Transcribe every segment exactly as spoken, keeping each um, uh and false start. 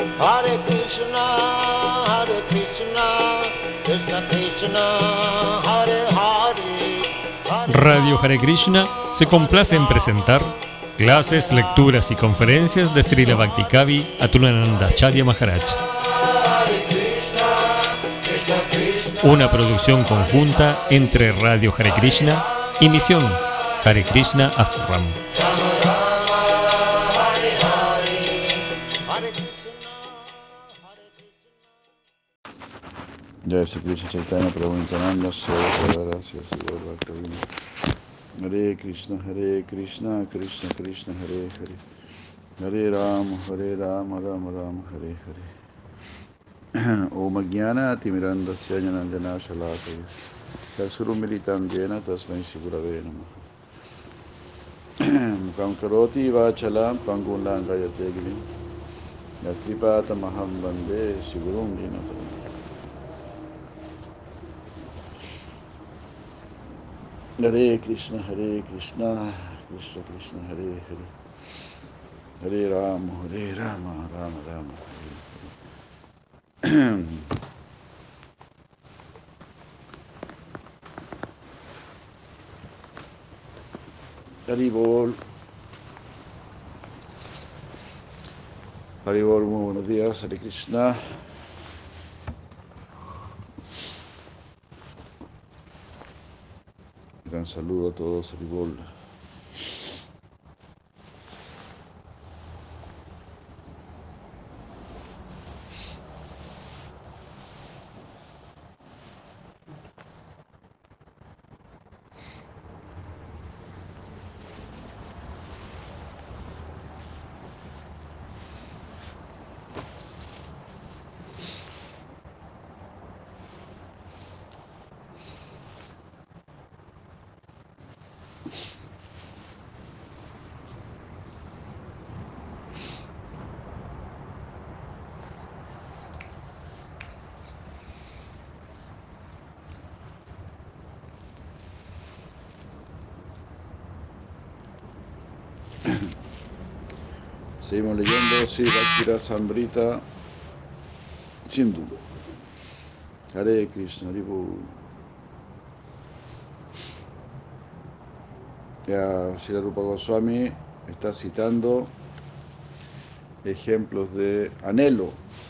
Hare Krishna, Hare Krishna, Krishna Krishna, Hare Hare. Radio Hare Krishna se complace en presentar clases, lecturas y conferencias de Srila Bhaktikavi Atulananda Acharya Maharaj. Una producción conjunta entre Radio Hare Krishna y Misión Hare Krishna Ashram. Jai Sri Krishna Chaitanya Prabhu Nityananda Shri gracias y vuelva al camino. Hare Krishna, Hare Krishna, Krishna Krishna, Hare Hare. Hare Rama, Hare Rama, Rama Rama, Hare Hare. Om Jnana Timirandasya Jnanandjana Shalakaya Chakshuru Militam Jena Tasmai Shri Gurave Namaha. Mukam Karoti Vachalam Pangun Langayate Girim Yakripata Maham Bande Shri Gurum Dinataram. Hare Krishna, Hare Krishna, Krishna Krishna, Hare Hare. Hare Rama, Hare Rama, Rama Rama, Hare Hare. Haribol. Haribol, muy buenos días, Hare Krishna. Gran saludo a todos, Haribol. Seguimos leyendo Sri Bhakti-rasamrita Sindhu. Hare Krishna, Haribol. Ya Srila Rupa Goswami está citando ejemplos de anhelo,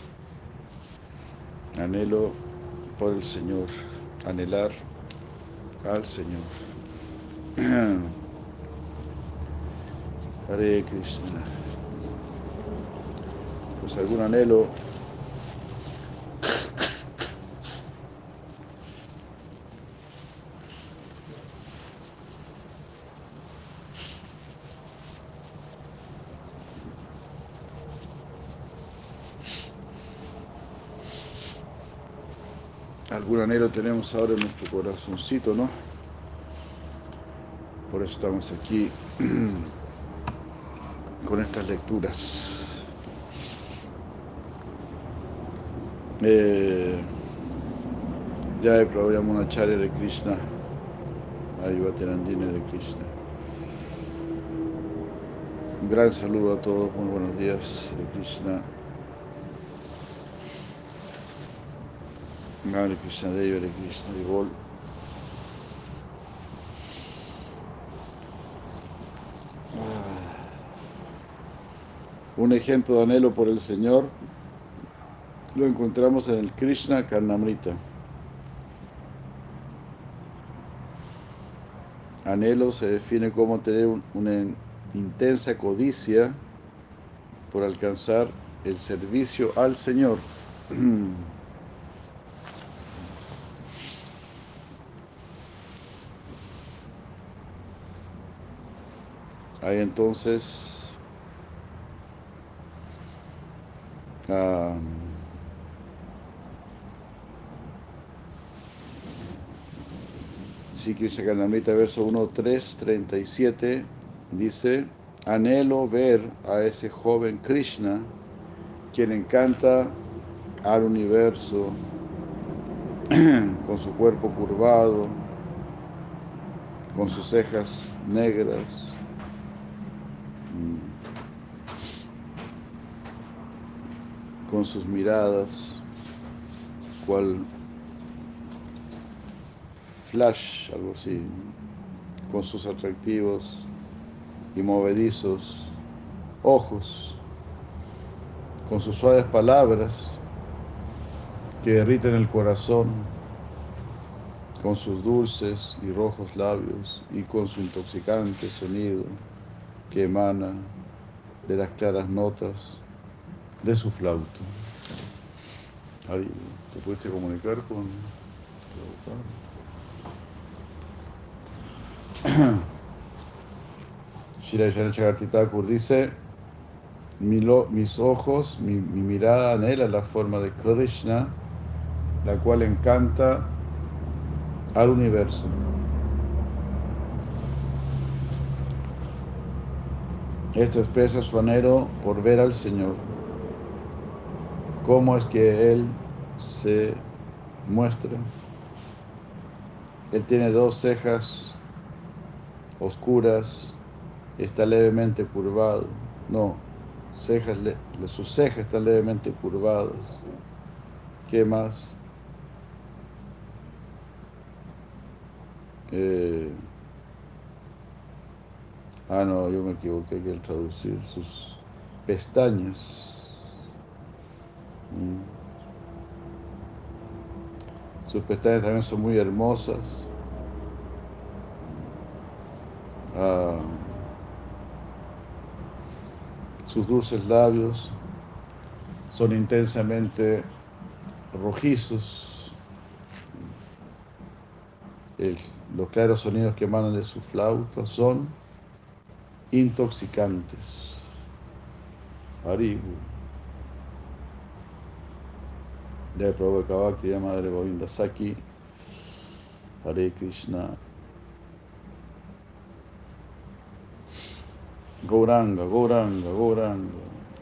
anhelo por el Señor, anhelar al Señor. Hare Krishna. Pues algún anhelo algún anhelo tenemos ahora en nuestro corazoncito, ¿no? Por eso estamos aquí con estas lecturas. Eh, Jai Prabhu Yamunacharya de Krishna, Ayuvatirandina de Krishna. Un gran saludo a todos, muy buenos días, de Krishna. Hare Krishna Deva de Krishna Haribol. Un ejemplo de anhelo por el Señor lo encontramos en el Krishna Karnamrita. Anhelo se define como tener un, una intensa codicia por alcanzar el servicio al Señor. Hay entonces uh, Sri Krishna Karnamrita, verso uno, tres, treinta y siete, dice: anhelo ver a ese joven Krishna, quien encanta al universo con su cuerpo curvado, con sus cejas negras, con sus miradas, cual flash, algo así, con sus atractivos y movedizos ojos, con sus suaves palabras que derriten el corazón, con sus dulces y rojos labios y con su intoxicante sonido que emana de las claras notas de su flauta. Ari, ¿te pudiste comunicar con Shri Chaitanya Chakravarti Thakur dice: Mi lo, mis ojos, mi, mi mirada anhela la forma de Krishna, la cual encanta al universo. Esto expresa su anhelo por ver al Señor. ¿Cómo es que Él se muestra? Él tiene dos cejas oscuras, está levemente curvado. No, cejas, sus cejas están levemente curvadas. ¿Qué más? Eh, ah, no, yo me equivoqué aquí al traducir. Sus pestañas. Mm. Sus pestañas también son muy hermosas. Ah, sus dulces labios son intensamente rojizos. El, los claros sonidos que emanan de su flauta son intoxicantes. Haribu. De Prabhupada Bhakti, Madre Govinda Saki, Hare Krishna. Gauranga, Gauranga, Gauranga.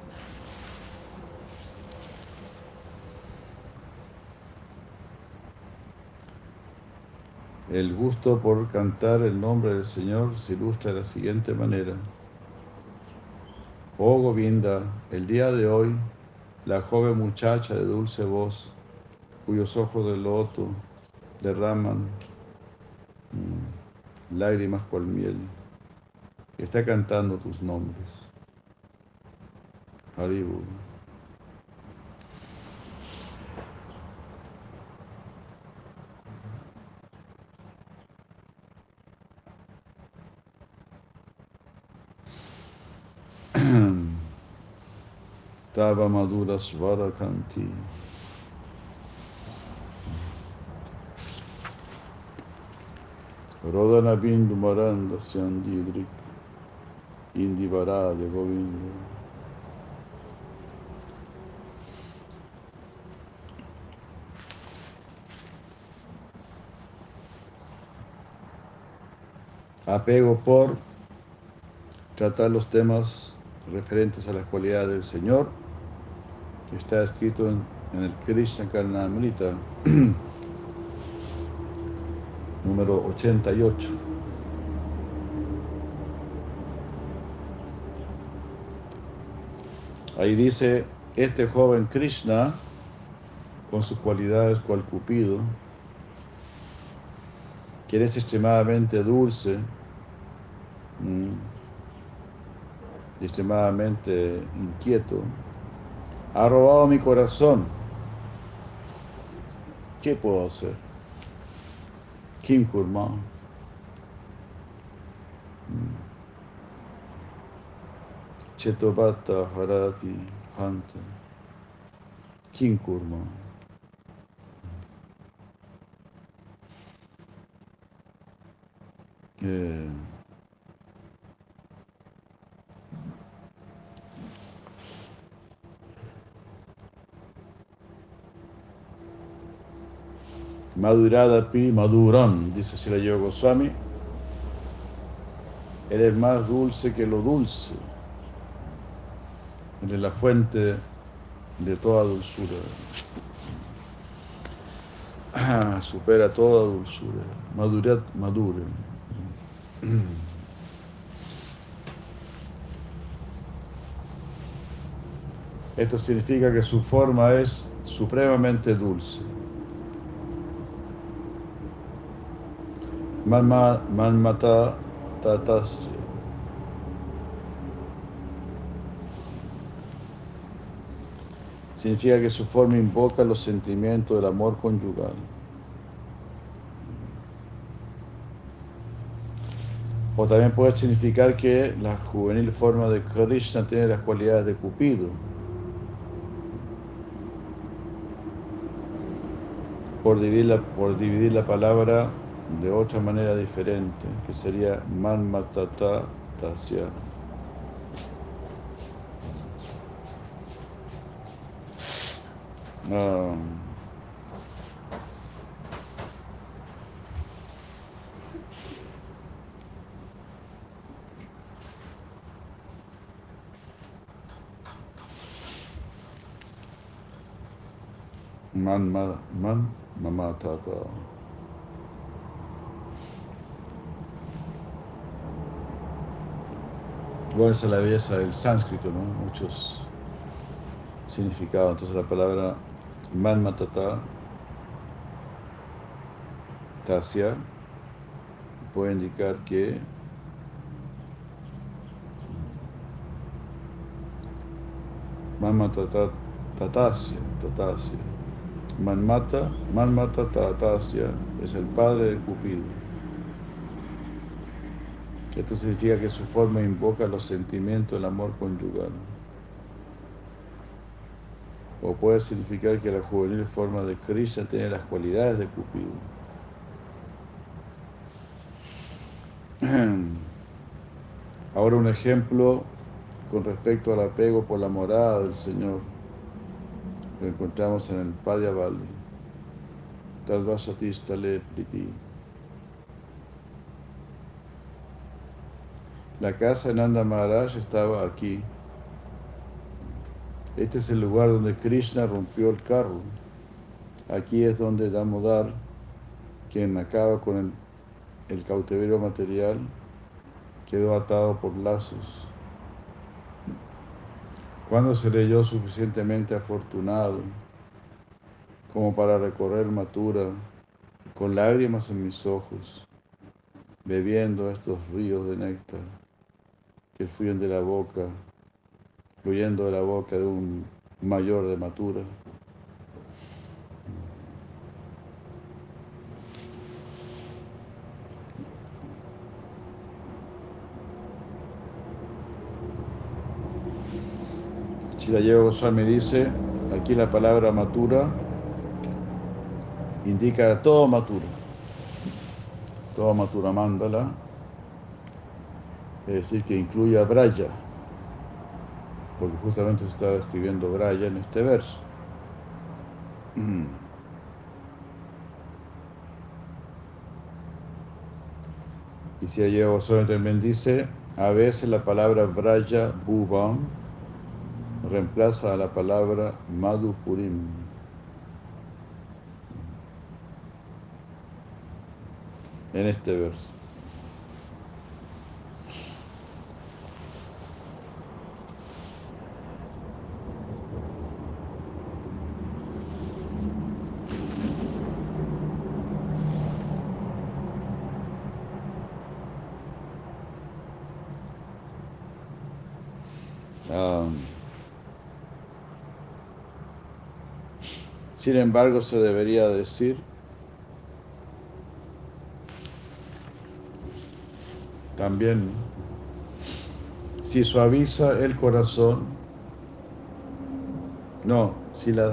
El gusto por cantar el nombre del Señor se ilustra de la siguiente manera. Oh Govinda, el día de hoy, la joven muchacha de dulce voz, cuyos ojos de loto derraman mmm, lágrimas cual miel, está cantando tus nombres. Haribu. Tava madura svara kanti. Rodana bindu maranda syandidrik. Indi varade govinda. Apego por tratar los temas referentes a las cualidades del Señor, que está escrito en, en el Krishna Karnamrita número ochenta y ocho. Ahí dice, este joven Krishna, con sus cualidades cual Cupido, que es extremadamente dulce, mmm, extremadamente inquieto, ha robado mi corazón. ¿Qué puedo hacer? Kim Kurma. Chetobata Harati Hanta. Kim Kurma. Eh, Madhurada pi Maduran, dice Srila Yoga Goswami, eres más dulce que lo dulce, eres la fuente de toda dulzura, ah, supera toda dulzura, madurat madura. Esto significa que su forma es supremamente dulce. Manma, manmata tatasya. Significa que su forma invoca los sentimientos del amor conyugal. O también puede significar que la juvenil forma de Krishna tiene las cualidades de Cupido. Por dividir la, por dividir la palabra de otra manera diferente, que sería manmatata tasya. Ah, man, man, man, mamatata. Bueno, esa es la belleza del sánscrito, ¿no? Muchos significados. Entonces la palabra manmatata tasya puede indicar que manmatata tatasya, tatasya. Manmata, manmata tatasya es el padre de Cupido. Esto significa que su forma invoca los sentimientos del amor conyugal. O puede significar que la juvenil forma de Krishna tiene las cualidades de Cupido. Ahora un ejemplo con respecto al apego por la morada del Señor. Lo encontramos en el Padyavali. Tadvasatistale priti. La casa de Nanda Maharaj estaba aquí. Este es el lugar donde Krishna rompió el carro. Aquí es donde Damodar, quien acaba con el, el cautiverio material, quedó atado por lazos. ¿Cuándo seré yo suficientemente afortunado como para recorrer Mathura con lágrimas en mis ojos, bebiendo estos ríos de néctar que fluyen de la boca, fluyendo de la boca de un mayor de Mathura? Shirayeva Goswami dice, aquí la palabra Mathura indica todo Mathura, toda Mathura Mandala, es decir, que incluye a Braya, porque justamente se está describiendo Braya en este verso. Y Shirayeva Goswami también dice, a veces la palabra Braya Bhuvan reemplaza a la palabra Madhupurim. En este verso. Um, sin embargo, se debería decir también, si suaviza el corazón, no, si la,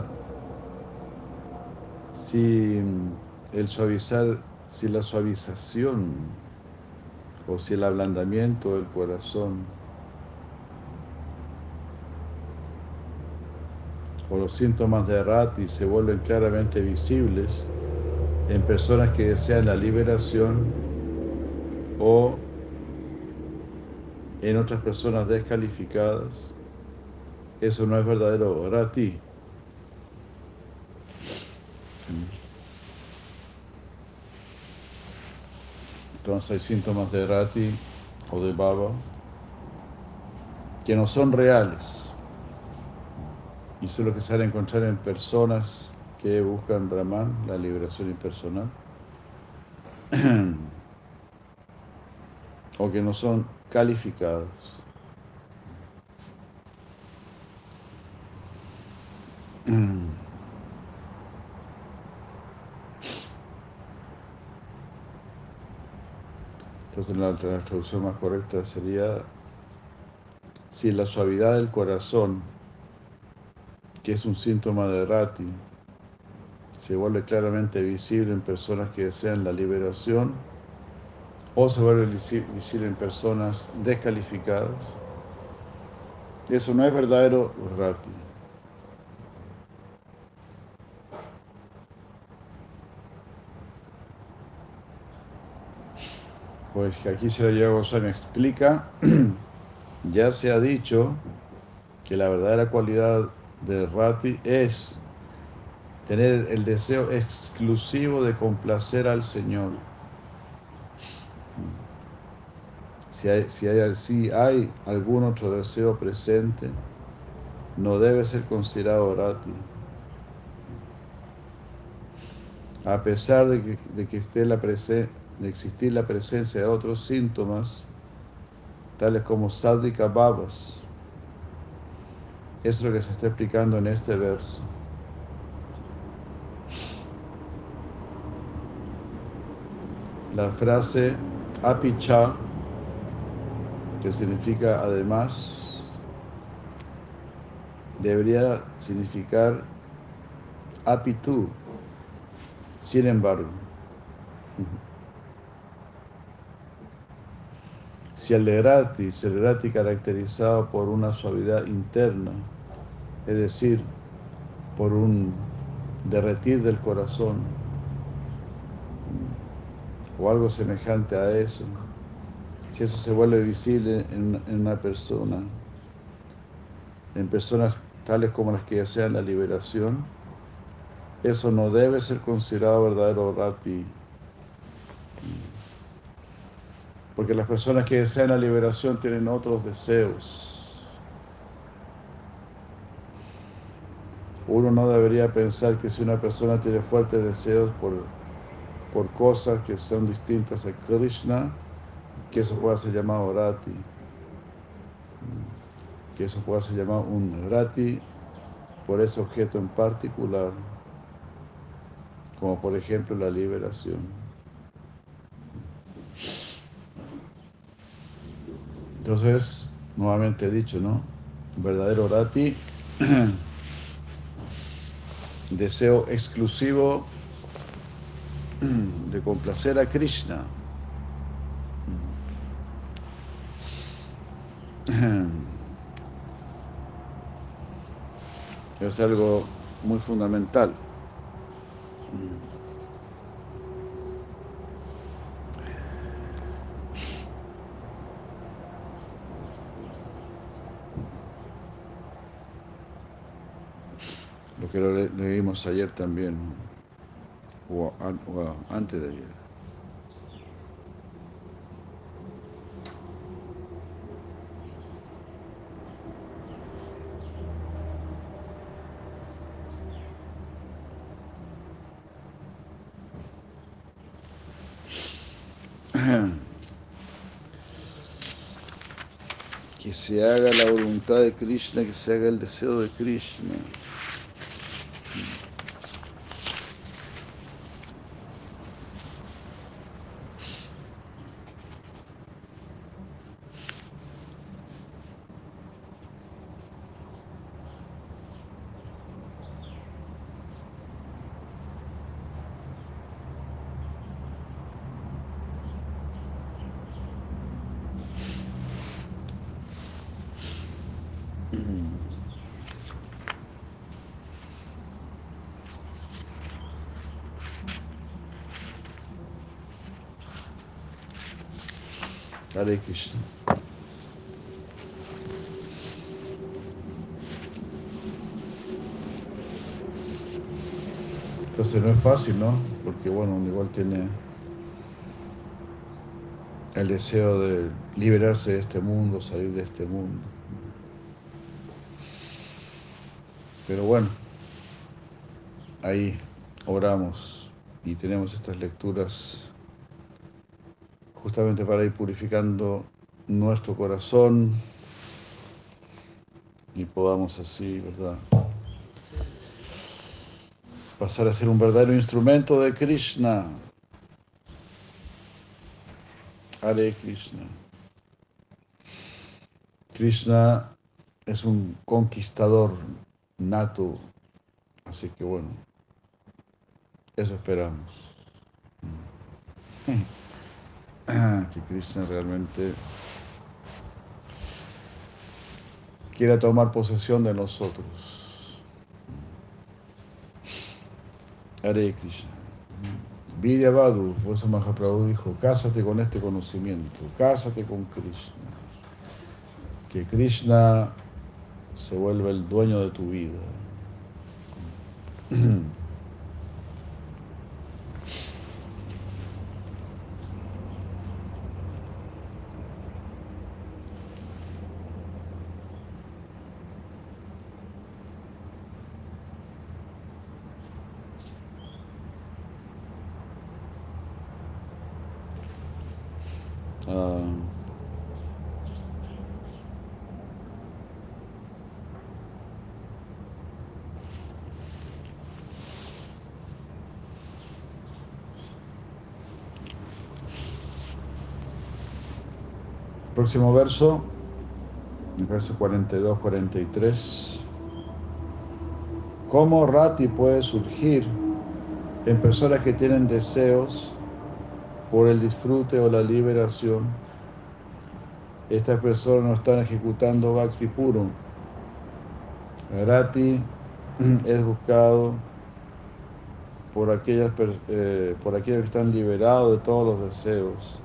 si el suavizar, si la suavización o si el ablandamiento del corazón o los síntomas de Rati se vuelven claramente visibles en personas que desean la liberación o en otras personas descalificadas, eso no es verdadero Rati. Entonces hay síntomas de Rati o de Baba que no son reales. Y eso es lo que se van a encontrar en personas que buscan Brahman, la liberación impersonal, o que no son calificados. Entonces la, la traducción más correcta sería: si la suavidad del corazón, que es un síntoma de Rati, se vuelve claramente visible en personas que desean la liberación, o se vuelve visible en personas descalificadas, eso no es verdadero Rati. Pues que aquí Srila Goswami explica, ya se ha dicho que la verdadera cualidad del Rati es tener el deseo exclusivo de complacer al Señor. Si hay, si hay, si hay algún otro deseo presente, no debe ser considerado Rati. A pesar de que, de que esté la prese, de existir la presencia de otros síntomas, tales como Sadhika Bhavas. Eso es lo que se está explicando en este verso. La frase apicha, que significa además, debería significar apitu, sin embargo. Si el Rati, si el Rati caracterizado por una suavidad interna, es decir, por un derretir del corazón, o algo semejante a eso, si eso se vuelve visible en, en una persona, en personas tales como las que desean la liberación, eso no debe ser considerado verdadero Rati. Porque las personas que desean la liberación tienen otros deseos. Uno no debería pensar que si una persona tiene fuertes deseos por, por cosas que son distintas a Krishna, que eso pueda ser llamado Rati. Que eso pueda ser llamado un Rati por ese objeto en particular, como por ejemplo la liberación. Entonces, nuevamente he dicho, ¿no? Verdadero Rati, deseo exclusivo de complacer a Krishna. Es algo muy fundamental. Lo que lo le leímos ayer también, o, an, o antes de ayer. Que se haga la voluntad de Krishna, que se haga el deseo de Krishna. Hare Krishna. Entonces no es fácil, ¿no? Porque bueno, uno igual tiene el deseo de liberarse de este mundo, salir de este mundo. Pero bueno, ahí oramos y tenemos estas lecturas justamente para ir purificando nuestro corazón y podamos así, ¿verdad?, pasar a ser un verdadero instrumento de Krishna. Hare Krishna. Krishna es un conquistador nato, así que bueno, eso esperamos. Que Krishna realmente quiera tomar posesión de nosotros. Hare Krishna. Vidya Vadu, por eso Mahaprabhu dijo, cásate con este conocimiento, cásate con Krishna. Que Krishna se vuelva el dueño de tu vida. Uh, próximo verso, el verso cuarenta y dos cuarenta y tres. ¿Cómo Rati puede surgir en personas que tienen deseos por el disfrute o la liberación? Estas personas no están ejecutando Bhakti puro. Rati es buscado por aquellas, eh, por aquellos que están liberados de todos los deseos.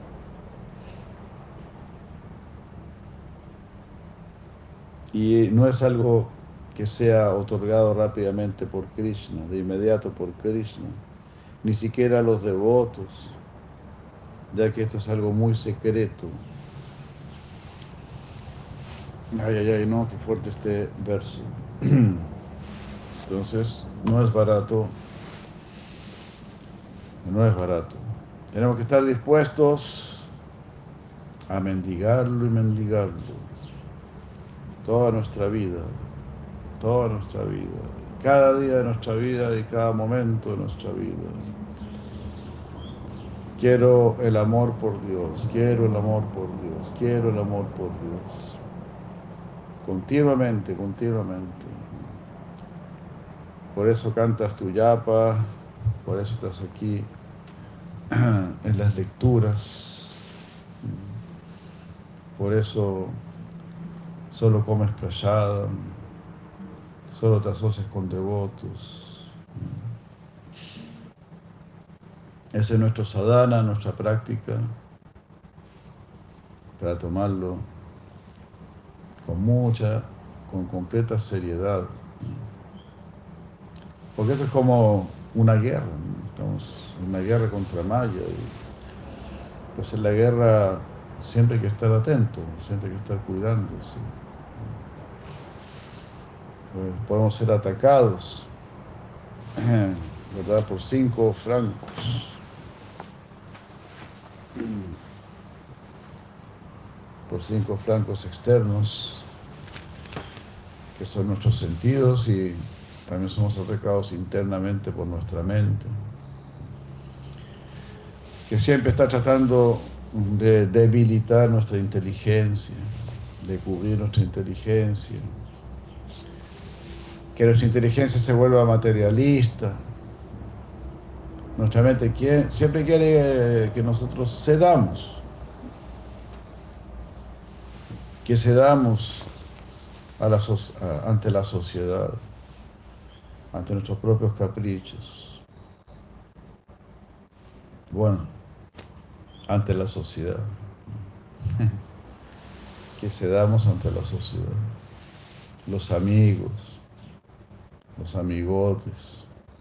Y no es algo que sea otorgado rápidamente por Krishna, de inmediato por Krishna, ni siquiera a los devotos, ya que esto es algo muy secreto. Ay, ay, ay, no, qué fuerte este verso. Entonces, no es barato, no es barato. Tenemos que estar dispuestos a mendigarlo y mendigarlo toda nuestra vida, toda nuestra vida, cada día de nuestra vida y cada momento de nuestra vida. Quiero el amor por Dios, quiero el amor por Dios, quiero el amor por Dios. Continuamente, continuamente. Por eso cantas tu yapa, por eso estás aquí en las lecturas, por eso solo comes prasada, solo te asocias con devotos. Ese es nuestro sadhana, nuestra práctica, para tomarlo con mucha, con completa seriedad. Porque esto es como una guerra, ¿no? Estamos en una guerra contra Maya. Y pues en la guerra siempre hay que estar atento, siempre hay que estar cuidándose. Pues podemos ser atacados, ¿verdad?, por cinco flancos. Por cinco flancos externos, que son nuestros sentidos, y también somos atacados internamente por nuestra mente, que siempre está tratando de debilitar nuestra inteligencia, de cubrir nuestra inteligencia, que nuestra inteligencia se vuelva materialista. Nuestra mente quiere, siempre quiere que nosotros cedamos, que cedamos a la, a, ante la sociedad, ante nuestros propios caprichos. Bueno, ante la sociedad. Que cedamos ante la sociedad. Los amigos, los amigotes.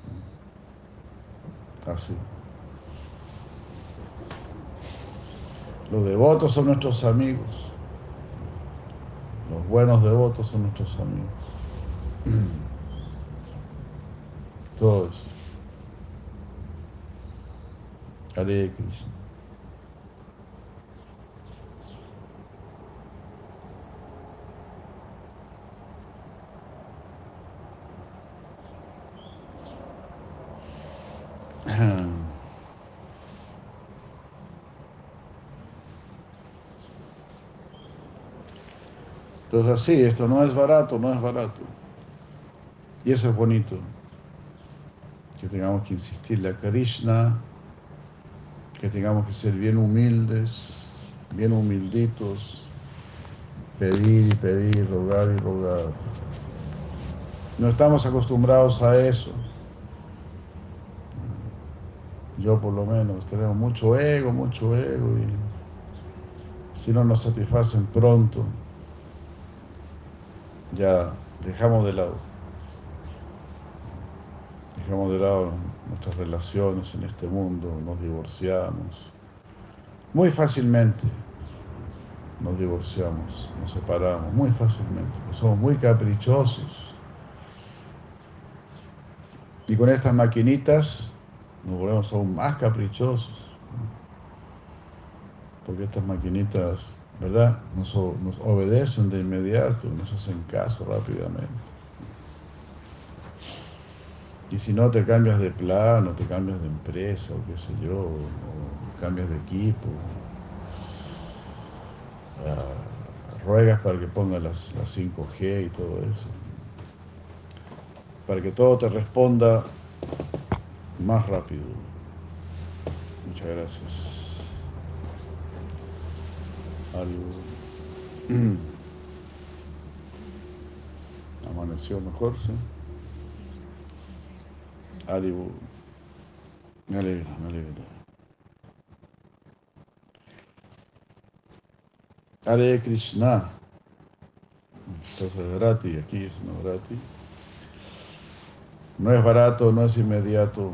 Así. Los devotos son nuestros amigos. Los buenos devotos son nuestros amigos. Todos. Hare Krishna. Entonces así, esto no es barato, no es barato. Y eso es bonito, que tengamos que insistirle a Krishna, que tengamos que ser bien humildes, bien humilditos, pedir y pedir, rogar y rogar. No estamos acostumbrados a eso. Yo por lo menos tenemos mucho ego, mucho ego y si no nos satisfacen pronto, ya dejamos de lado. Dejamos de lado nuestras relaciones en este mundo, nos divorciamos. Muy fácilmente nos divorciamos, nos separamos, muy fácilmente. Somos muy caprichosos. Y con estas maquinitas nos volvemos aún más caprichosos. Porque estas maquinitas, ¿verdad? Nos, nos obedecen de inmediato, nos hacen caso rápidamente. Y si no te cambias de plano, te cambias de empresa, o qué sé yo, o cambias de equipo, uh, ruegas para que ponga las, las cinco G y todo eso, para que todo te responda más rápido. Muchas gracias. Algo. Amaneció mejor, ¿sí? Algo. Me alegra, me alegra. Hare Krishna. Entonces es gratis, aquí es no gratis. No es barato, no es inmediato.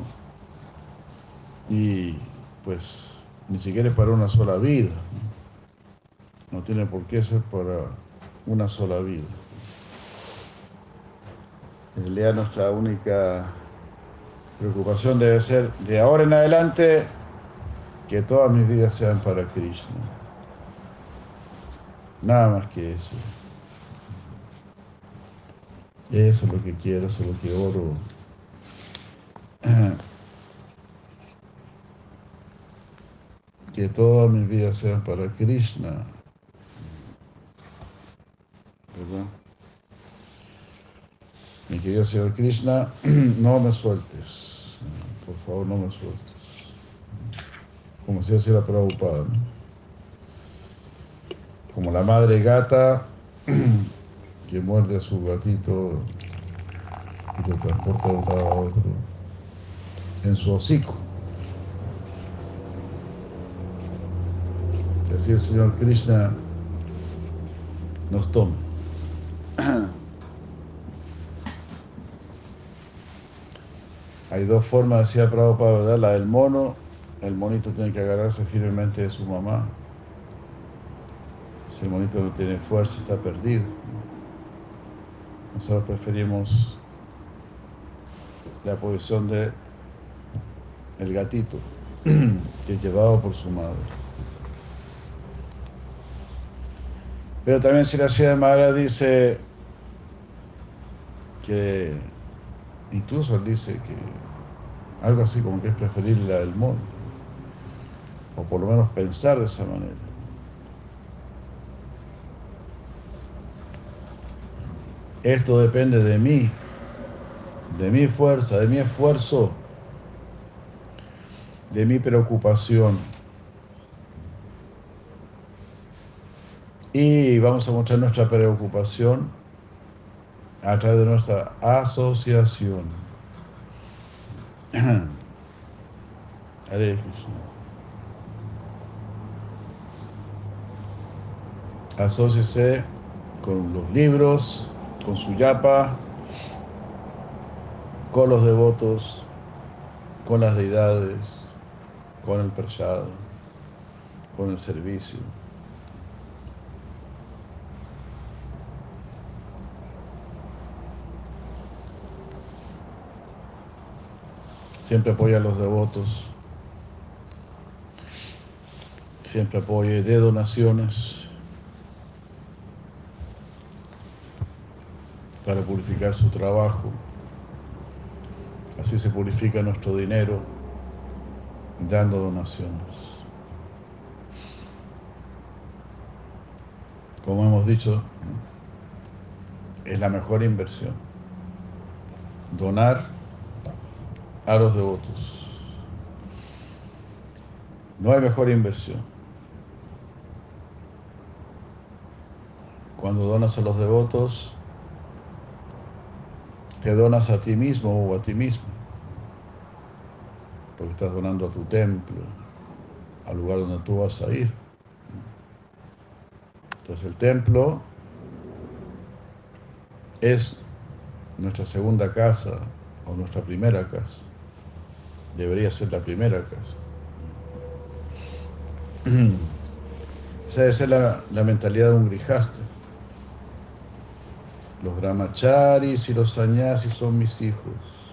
Y pues ni siquiera es para una sola vida. No tiene por qué ser para una sola vida. En realidad nuestra única preocupación debe ser de ahora en adelante que todas mis vidas sean para Krishna. Nada más que eso. Eso es lo que quiero, eso es lo que oro. Que todas mis vidas sean para Krishna. ¿Verdad? Mi querido Señor Krishna, no me sueltes. Por favor, no me sueltes. Como si decía la Prabhupada, ¿no? Como la madre gata que muerde a su gatito y lo transporta de un lado a otro en su hocico. Que así el Señor Krishna nos toma. Hay dos formas, decía Prabhupada, ¿verdad? La del mono, el monito tiene que agarrarse firmemente de su mamá. Si el monito no tiene fuerza, está perdido. Nosotros preferimos la posición de el gatito, que es llevado por su madre. Pero también Sri Sridhar Maharaj dice que, incluso él dice que algo así como que es preferible la del mono, o por lo menos pensar de esa manera. Esto depende de mí, de mi fuerza, de mi esfuerzo, de mi preocupación. Y vamos a mostrar nuestra preocupación a través de nuestra asociación. Hare Krishna. Asóciese con los libros, con su yapa, con los devotos, con las deidades, con el prasada, con el servicio. siempre apoya a los devotos, siempre apoye de donaciones para purificar su trabajo. Así se purifica nuestro dinero, dando donaciones. Como hemos dicho, es la mejor inversión. Donar a los devotos. No hay mejor inversión. Cuando donas a los devotos, te donas a ti mismo o a ti mismo, porque estás donando a tu templo, al lugar donde tú vas a ir. Entonces el templo es nuestra segunda casa o nuestra primera casa. Debería ser la primera casa. Esa debe ser la, la mentalidad de un grihasta. Los brahmacharis y los sannyasis son mis hijos.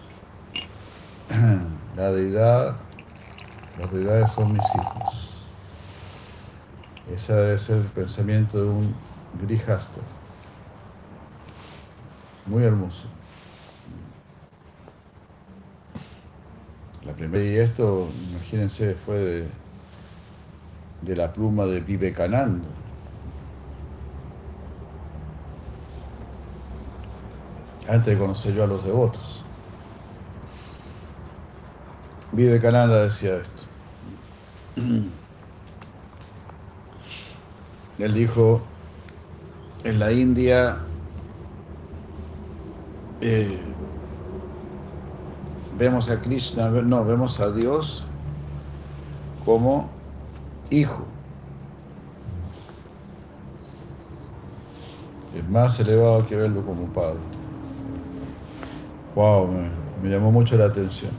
La deidad, las deidades son mis hijos. Ese debe ser el pensamiento de un grihasta. Muy hermoso. La primera, y esto, imagínense, fue de, de la pluma de Vivekananda. Antes de conocer yo a los devotos. Vivekananda decía esto. Él dijo, en la India eh, vemos a Krishna, no, vemos a Dios como hijo. Es más elevado que verlo como padre. Wow, me, me llamó mucho la atención.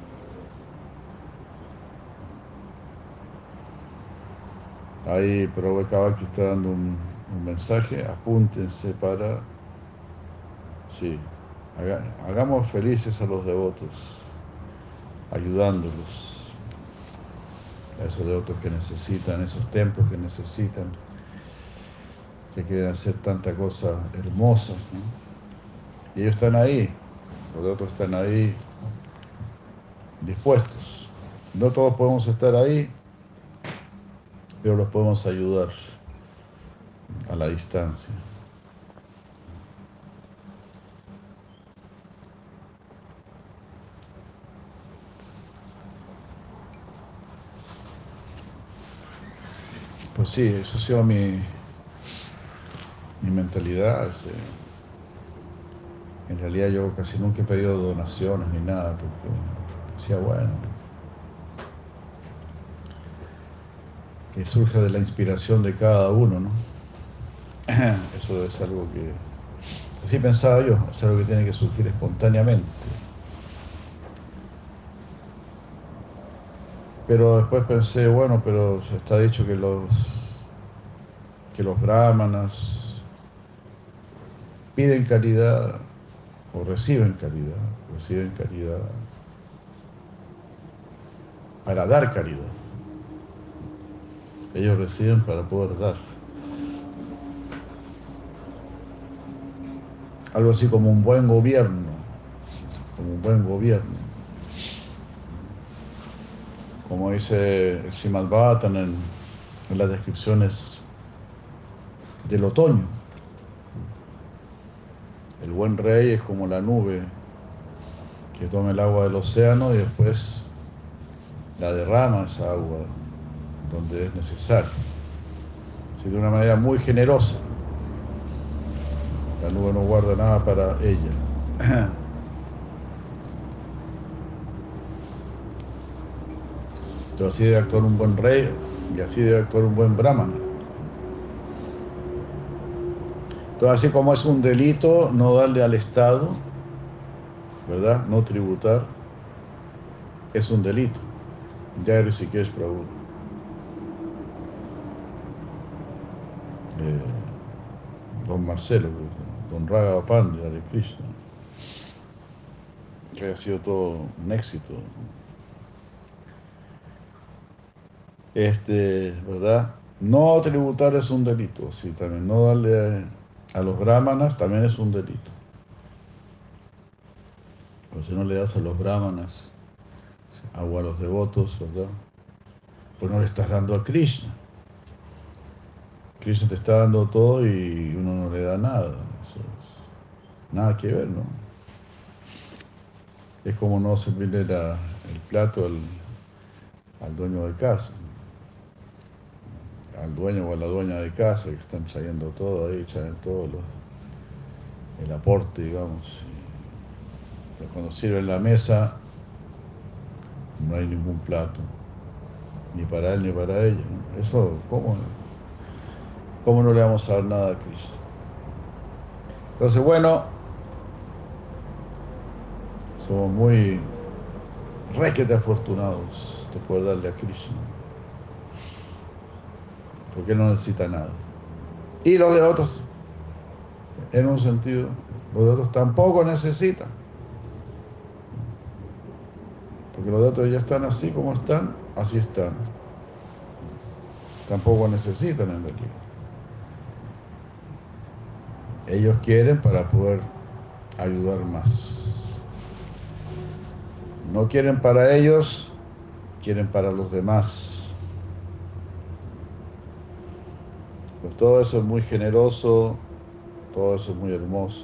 Ahí Prabhupada Bhakti está dando un, un mensaje, apúntense para, sí, haga, hagamos felices a los devotos, ayudándolos, a esos devotos que necesitan, esos templos que necesitan, que quieren hacer tanta cosa hermosa, ¿no? Y ellos están ahí, los devotos están ahí dispuestos. No todos podemos estar ahí, pero los podemos ayudar a la distancia. Pues sí, eso ha sido mi, mi mentalidad. Este, en realidad yo casi nunca he pedido donaciones ni nada, porque decía, bueno, que surja de la inspiración de cada uno, ¿no? Eso es algo que, así pensaba yo, es algo que tiene que surgir espontáneamente. Pero después pensé, bueno, pero se está dicho que los, que los brahmanas piden caridad o reciben caridad, reciben caridad para dar caridad. Ellos reciben para poder dar. Algo así como un buen gobierno, como un buen gobierno. Como dice el Srimad Bhagavatam en, en las descripciones del otoño. El buen rey es como la nube que toma el agua del océano y después la derrama esa agua donde es necesario. Así de una manera muy generosa. La nube no guarda nada para ella. Entonces así debe actuar un buen rey y así debe actuar un buen brahmana. Entonces así como es un delito no darle al Estado, ¿verdad? No tributar, es un delito. Jai Rishikesh Prabhu. Eh, don Marcelo, don Raghava Pandya de Krishna. que haya sido todo un éxito. Este, ¿verdad? No tributar es un delito, sí, también. No darle a, a los brahmanas también es un delito. O si no le das a los brahmanas agua a los devotos, ¿verdad? Pues no le estás dando a Krishna. Krishna te está dando todo y uno no le da nada. Eso es nada que ver, ¿no? Es como no servirle la, el plato al, al dueño de casa, al dueño o a la dueña de casa que están trayendo todo ahí, traen todo lo, el aporte, digamos. Pero cuando sirven la mesa, no hay ningún plato, ni para él ni para ella, ¿no? Eso, ¿cómo, ¿cómo no le vamos a dar nada a Krishna? Entonces, bueno, somos muy requete afortunados de poder darle a Krishna, porque él no necesita nada. Y los de otros, en un sentido, los de otros tampoco necesitan, porque los de otros ya están así como están, así están. Tampoco necesitan en realidad. Ellos quieren para poder ayudar más. No quieren para ellos, quieren para los demás. Pues todo eso es muy generoso, todo eso es muy hermoso.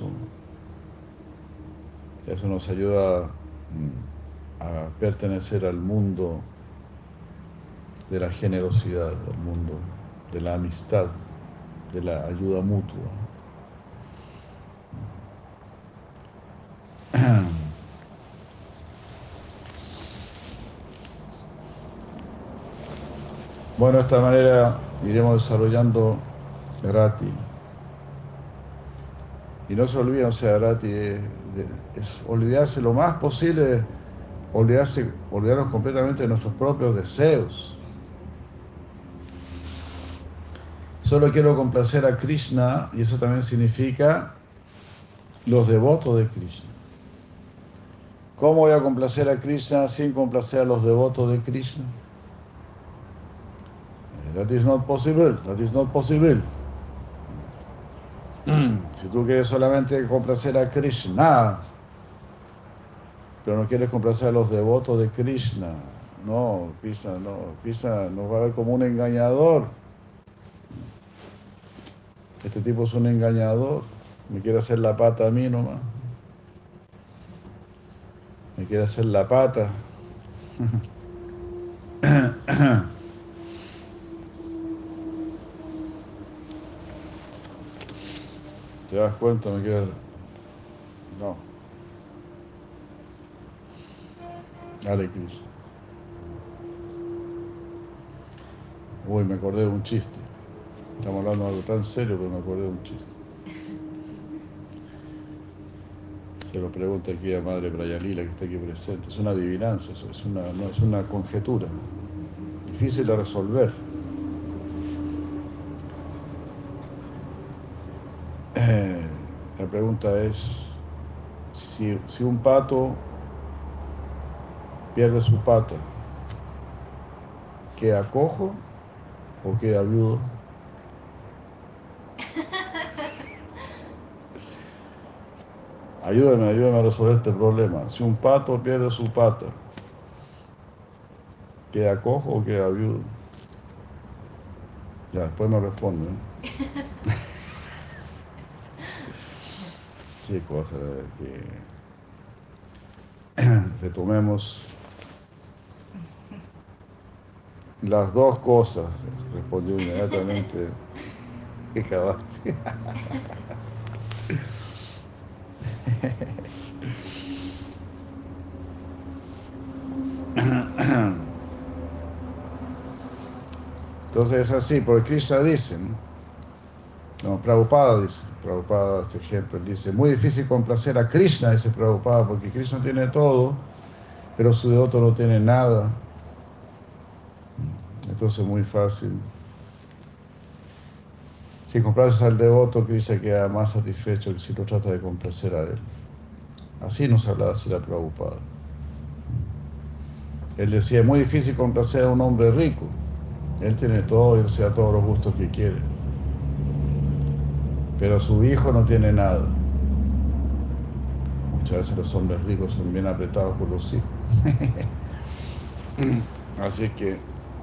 Eso nos ayuda a pertenecer al mundo de la generosidad, al mundo de la amistad, de la ayuda mutua. Bueno, de esta manera iremos desarrollando Rati. Y no se olviden, o sea, Rati es, es olvidarse lo más posible, olvidarse, olvidarnos completamente de nuestros propios deseos. Solo quiero complacer a Krishna, y eso también significa los devotos de Krishna. ¿Cómo voy a complacer a Krishna sin complacer a los devotos de Krishna? That is not possible, that is not possible. Si tú quieres solamente complacer a Krishna, pero no quieres complacer a los devotos de Krishna, no, Krishna no, Krishna nos va a ver como un engañador. Este tipo es un engañador, me quiere hacer la pata a mí nomás. Me quiere hacer la pata. ¿Te das cuenta? Me quiere... No. Hare Krishna. Uy, me acordé de un chiste. Estamos hablando de algo tan serio, pero me acordé de un chiste. Se lo pregunto aquí a Madre Brayalila, que está aquí presente. Es una adivinanza, eso es una, no, es una conjetura. Difícil de resolver. Eh, la pregunta es, si, si un pato pierde su pata, ¿queda cojo o queda viudo? Ayúdame, ayúdame a resolver este problema. Si un pato pierde su pata, ¿queda cojo o queda viudo? Ya, después me responden. Chicos, a ver, que retomemos las dos cosas, respondió inmediatamente. ¿Qué acabaste? Entonces es así, porque Krishna dice, ¿no? No, Prabhupada dice, Prabhupada, este ejemplo, él dice, muy difícil complacer a Krishna, dice Prabhupada, porque Krishna tiene todo, pero su devoto no tiene nada. Entonces es muy fácil. Si complaces al devoto, Krishna queda más satisfecho que si lo trata de complacer a él. Así nos hablaba Srila Prabhupada. Él decía, es muy difícil complacer a un hombre rico. Él tiene todo y él se da todos los gustos que quiere. Pero su hijo no tiene nada. Muchas veces los hombres ricos son bien apretados por los hijos. Así es que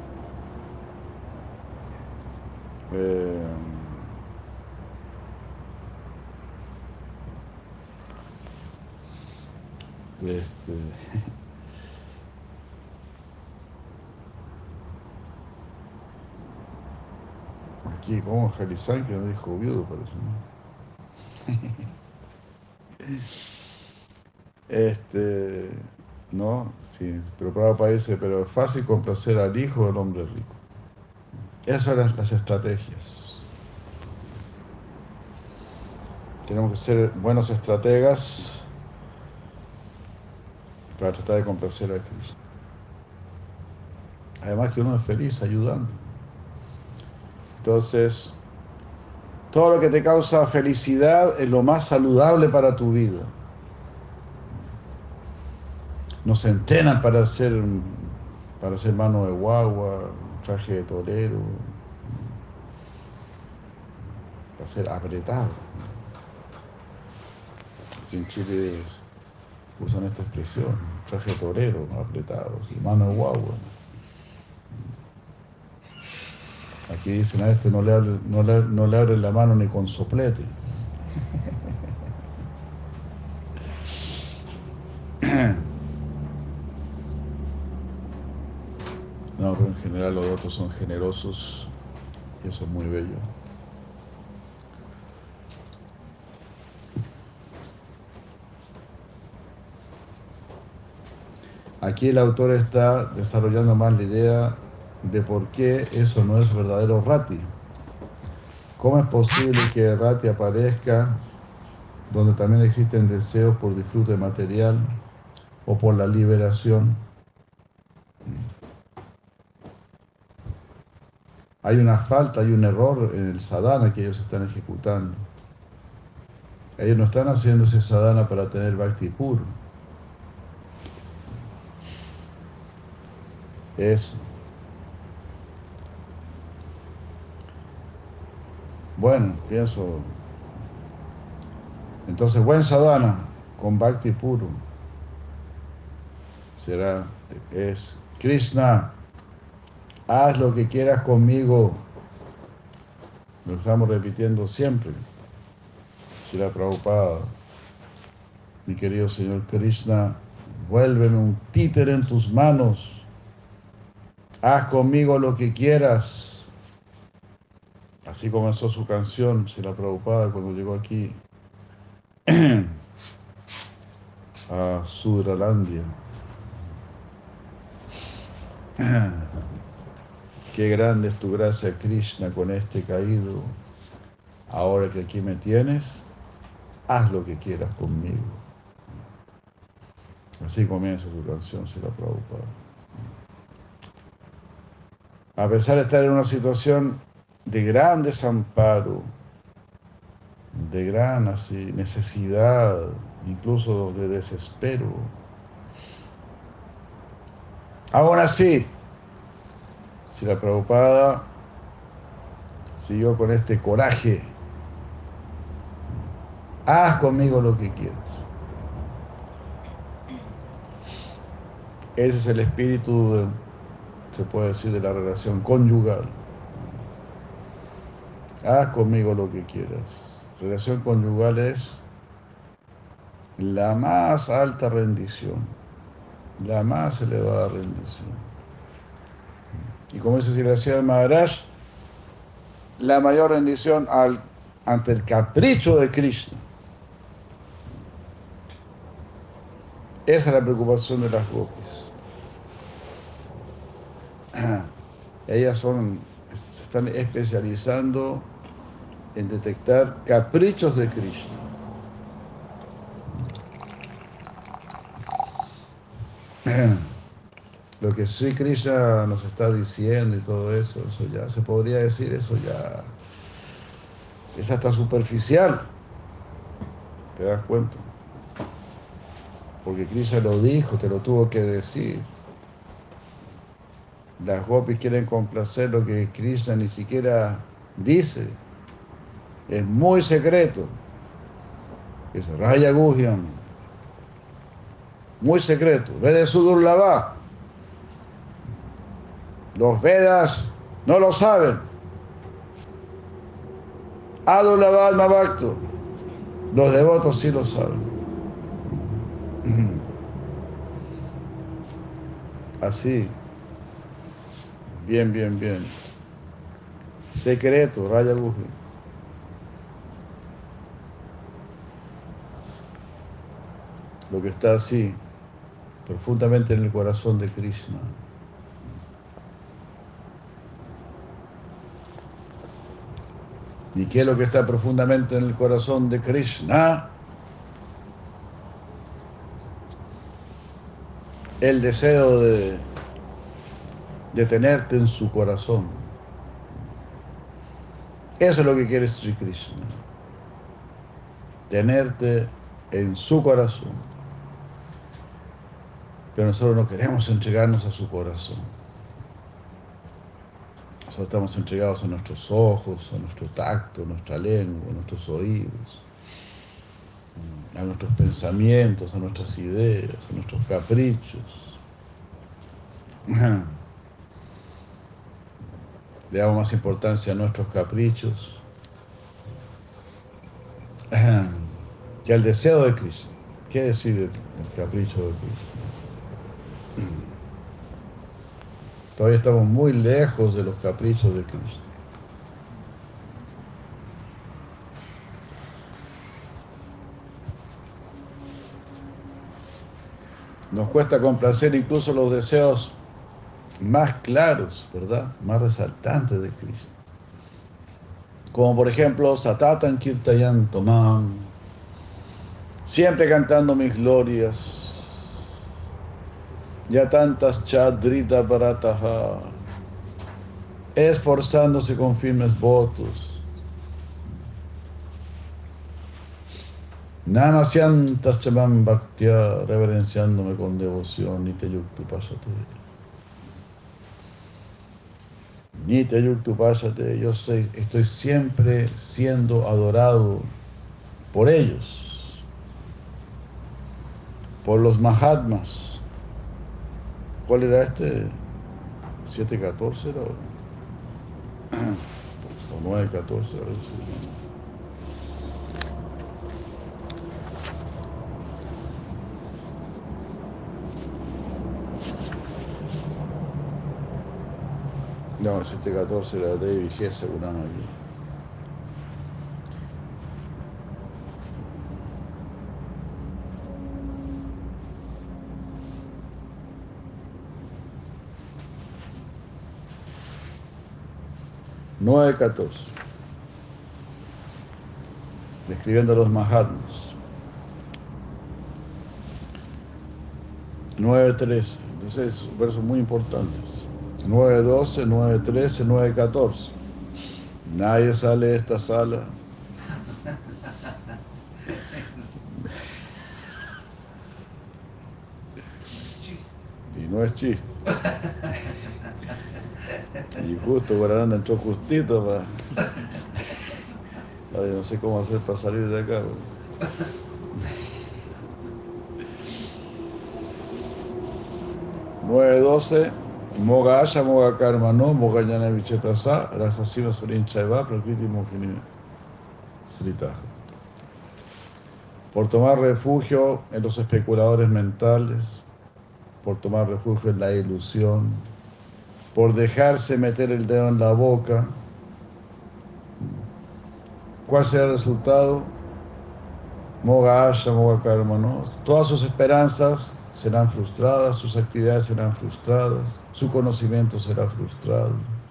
eh, este, aquí como Jalisán que no dijo viudo, parece, ¿no? Este, no, sí, pero Prabhupada dice, pero es fácil complacer al hijo del hombre rico. Esas son las, las estrategias. Tenemos que ser buenos estrategas para tratar de complacer a Krishna. Además que uno es feliz ayudando. Entonces, todo lo que te causa felicidad es lo más saludable para tu vida. Nos entrenan para hacer, para hacer mano de guagua, traje de torero, para ser apretado. En Chile es, usan esta expresión, traje de torero, apretado, mano de guagua. Aquí dicen a este no le abre, no le, no le abre la mano ni con soplete. No, pero en general los otros son generosos y eso es muy bello. Aquí el autor está desarrollando más la idea de por qué eso no es verdadero Rati. ¿Cómo es posible que Rati aparezca donde también existen deseos por disfrute material o por la liberación? Hay una falta, hay un error en el sadhana que ellos están ejecutando. Ellos no están haciendo ese sadhana para tener bhakti puro. Eso. Bueno, pienso. Entonces, buen sadhana con bhakti puro será, es Krishna, haz lo que quieras conmigo. Lo estamos repitiendo siempre. Srila Prabhupada, mi querido Señor Krishna, vuélveme un títere en tus manos. Haz conmigo lo que quieras. Así comenzó su canción, Srila Prabhupada, cuando llegó aquí a Sudralandia. Qué grande es tu gracia, Krishna, con este caído. Ahora que aquí me tienes, haz lo que quieras conmigo. Así comienza su canción, Srila Prabhupada. A pesar de estar en una situación de gran desamparo, de gran así, necesidad, incluso de desespero, aún así, Srila Prabhupada siguió con este coraje. Haz conmigo lo que quieras. Ese es el espíritu, de, se puede decir, de la relación conyugal. Haz conmigo lo que quieras. Relación conyugal es la más alta rendición, la más elevada rendición. Y como dice Srila Maharaj, la mayor rendición al, ante el capricho de Krishna. Esa es la preocupación de las gopis. Ellas son, se están especializando en detectar caprichos de Krishna. Lo que Sri Krishna nos está diciendo y todo eso, eso ya se podría decir, eso ya es hasta superficial. ¿Te das cuenta? porque Krishna lo dijo, te lo tuvo que decir. Las gopis quieren complacer lo que Krishna ni siquiera dice. Es muy secreto. Es Raya Guhyam. Muy secreto. Veda Sudurlabha. Los Vedas no lo saben. Adulabha Mavakto. Los devotos sí lo saben. Así. Bien, bien, bien. Secreto, Raya Guhyam. Lo que está así, profundamente en el corazón de Krishna. ¿Y qué es lo que está profundamente en el corazón de Krishna? El deseo de, de tenerte en su corazón. Eso es lo que quiere Sri Krishna. Tenerte en su corazón. Pero nosotros no queremos entregarnos a su corazón. Nosotros estamos entregados a nuestros ojos, a nuestro tacto, a nuestra lengua, a nuestros oídos, a nuestros pensamientos, a nuestras ideas, a nuestros caprichos. Le damos más importancia a nuestros caprichos que al deseo de Krishna. ¿Qué decir del capricho de Krishna? Todavía estamos muy lejos de los caprichos de Krishna. Nos cuesta complacer incluso los deseos más claros, ¿verdad? Más resaltantes de Krishna. Como por ejemplo, Satatan Kirtayanto Mam, siempre cantando mis glorias. Ya tantas Chadrita Barataha, esforzándose con firmes votos. Namasyantas Chamam Bhaktya, reverenciándome con devoción, Nitya Yuktu Pashate. Nitya Yuktu Pashate, yo sé, estoy siempre siendo adorado por ellos, por los Mahatmas. ¿Cuál era este? ¿siete catorce era? ¿O nueve catorce? A ver si... No, el siete catorce era de Vijay Segurama aquí. nueve catorce. Describiendo a los Mahatmas. nueve trece. Entonces, versos muy importantes. nueve doce, nueve trece, nueve catorce. Nadie sale de esta sala. Y no es chiste. Y justo Guararanda entró justito para... Ay, no sé cómo hacer para salir de acá. nueve doce. Moga Asha, Moga Karma, no, Moga Yana Vichetasa, Rasasina Surin Chaiva, Prakriti Mohini Sritaja. Por tomar refugio en los especuladores mentales, por tomar refugio en la ilusión, por dejarse meter el dedo en la boca. ¿Cuál será el resultado? Moga Asha, Moga Karma, no. Todas sus esperanzas serán frustradas, sus actividades serán frustradas, su conocimiento será frustrado.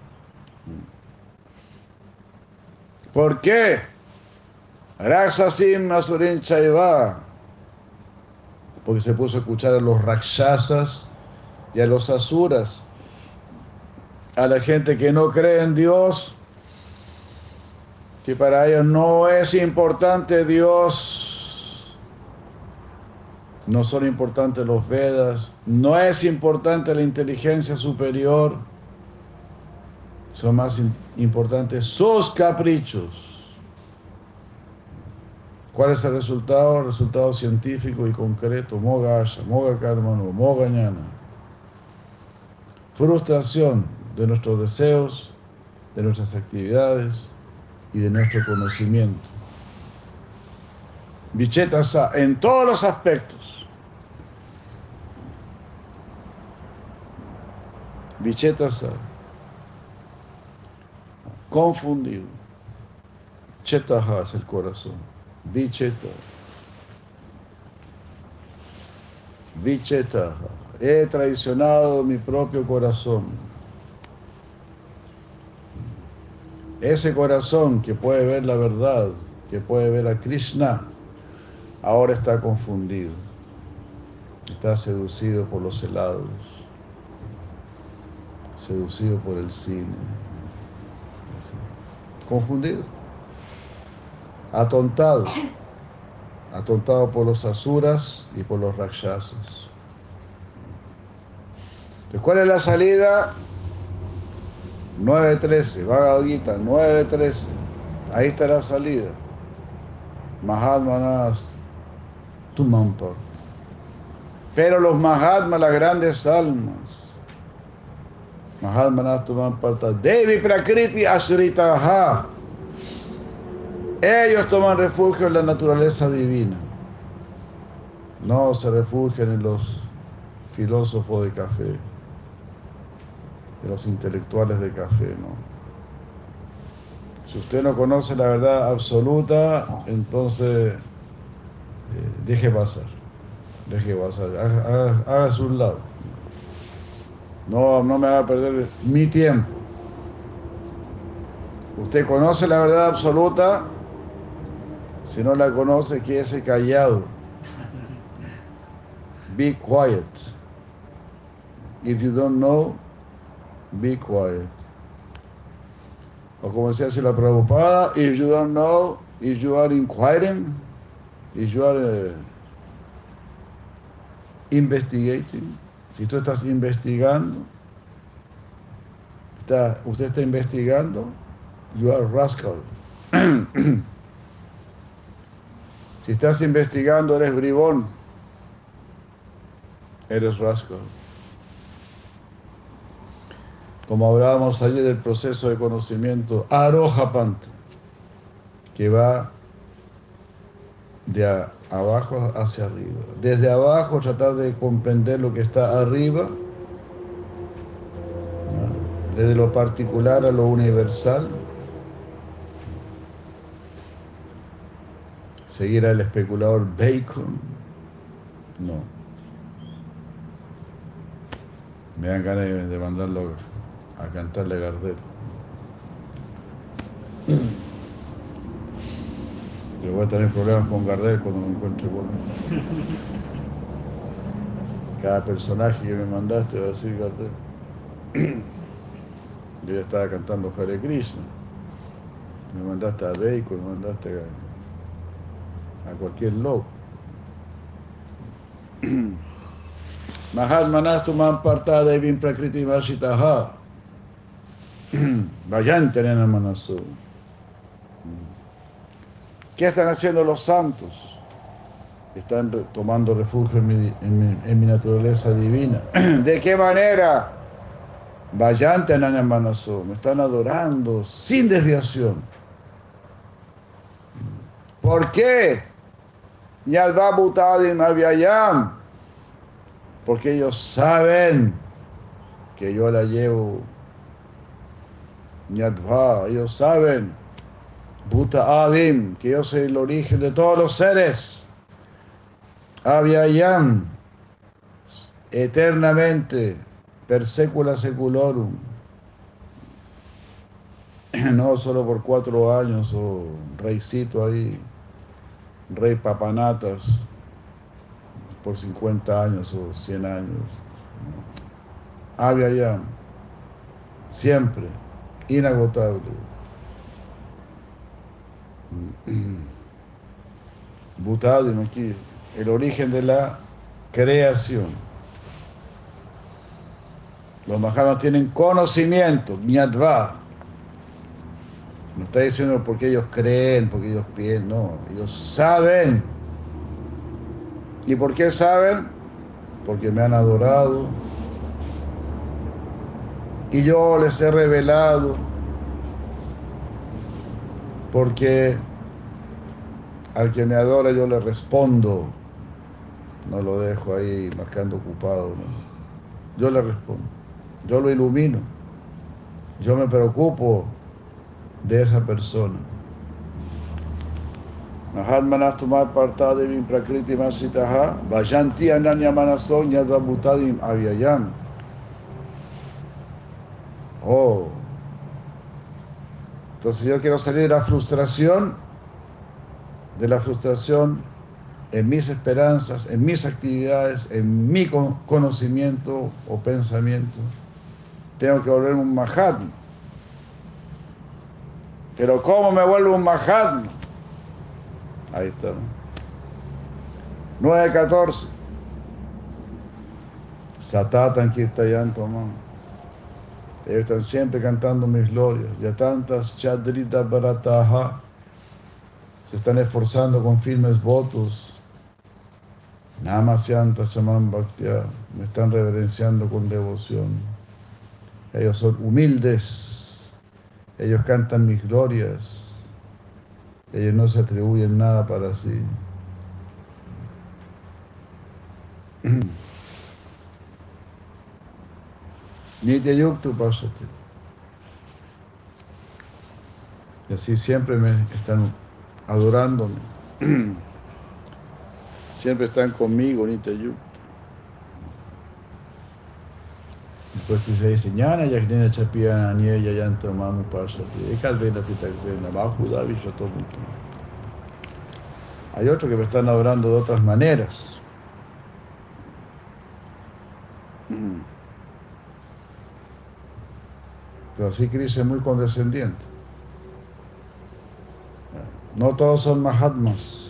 ¿Por qué? Raksasim Asurin Chaiva. Porque se puso a escuchar a los rakshasas y a los asuras, a la gente que no cree en Dios, que para ellos no es importante Dios. no son importantes los Vedas, no es importante la inteligencia superior, son más importantes sus caprichos. ¿Cuál es el resultado? El resultado científico y concreto, moga asha, moga karma no, moga ñana. Frustración de nuestros deseos, de nuestras actividades y de nuestro conocimiento. Vichetasa en todos los aspectos. Vichetasa, confundido. Chetaha es el corazón. Vicheta. Vicheta. He traicionado mi propio corazón. Ese corazón que puede ver la verdad, que puede ver a Krishna, ahora está confundido. Está seducido por los helados. Seducido por el cine. Confundido. Atontado. Atontado por los asuras y por los rakshasas. Entonces, ¿cuál es la salida? nueve trece, Bhagavad Gita, nueve trece. Ahí está la salida. Mahatmanas Tumampa. Pero los Mahatmas, las grandes almas, Mahatmanas Tumampa, Devi Prakriti Ashritaha. Ellos toman refugio en la naturaleza divina. No se refugian en los filósofos de café, de los intelectuales de café, ¿no? Si usted no conoce la verdad absoluta, entonces eh, deje pasar, deje pasar, haga, hágase un lado. No, no me va a perder mi tiempo. Usted conoce la verdad absoluta. Si no la conoce, quédese callado. Be quiet. If you don't know, be quiet. O como decía así la Prabhupada, if you don't know, if you are inquiring, if you are uh, investigating, si tú estás investigando, está, usted está investigando, you are rascal. Si estás investigando, eres bribón. Eres rascal. Como hablábamos ayer del proceso de conocimiento, Arojapanta, que va de a, abajo hacia arriba. Desde abajo tratar de comprender lo que está arriba, ¿no? Desde lo particular a lo universal. Seguir al especulador Bacon, no. Me dan ganas de mandarlo a cantarle a Gardel. Pero voy a tener problemas con Gardel cuando me encuentre con él. Cada personaje que me mandaste va a decir Gardel. Yo ya estaba cantando Hare Krishna. Me mandaste a Bacon, me mandaste a, a cualquier loco. Mahatmanas Tumam Parta Devim Prakriti Vashitaha. Vayantanena Manasu. ¿Qué están haciendo los santos? Están tomando refugio en mi, en mi, en mi naturaleza divina. ¿De qué manera? Vayantanena Manasu. Me están adorando sin desviación. ¿Por qué? Yalvabhutadim avyayam. Porque ellos saben que yo la llevo. Nyadva, ellos saben. Bhuta Adim, que yo soy el origen de todos los seres. Avyayam, eternamente, per secula seculorum. No solo por cuatro años o reycito ahí, rey papanatas, por cincuenta años o cien años. Avyayam, siempre, inagotable. Bhutadim aquí, el origen de la creación. Los Mahatmas tienen conocimiento, Jnatva. No está diciendo porque ellos creen, porque ellos piensan, no, ellos saben. ¿Y por qué saben? Porque me han adorado. Y yo les he revelado. Porque al que me adora yo le respondo. No lo dejo ahí marcando ocupado, ¿no? Yo le respondo. Yo lo ilumino. Yo me preocupo de esa persona. Mahatmanas tumar partadevim prakriti masitaha vayanti ananya manaso nyadvabhutadim avyayam. Oh. Entonces yo quiero salir de la frustración, de la frustración en mis esperanzas, en mis actividades, en mi conocimiento o pensamiento. Tengo que volverme un Mahatma. Pero ¿cómo me vuelvo un Mahatma? Ahí está, ¿no? nueve catorce. Satatan kirtayanto man. Ellos están siempre cantando mis glorias. Ya tantas chadrita barataha. Se están esforzando con firmes votos. Namasyanta chaman bhaktya. Me están reverenciando con devoción. Ellos son humildes. Ellos cantan mis glorias. Ellos no se atribuyen nada para sí. Nitya Yukta Upasati. Y así siempre me están adorándome. Siempre están conmigo, Nitya Yukta. Después que se dice, Ñana Yagnena Chapia Nieya Yanta Mamu Pasati. Ekadvena Pitakvena, Bajudavi Shotomutu. Hay otros que me están adorando de otras maneras. Pero sí Krishna es muy condescendiente. No todos son Mahatmas.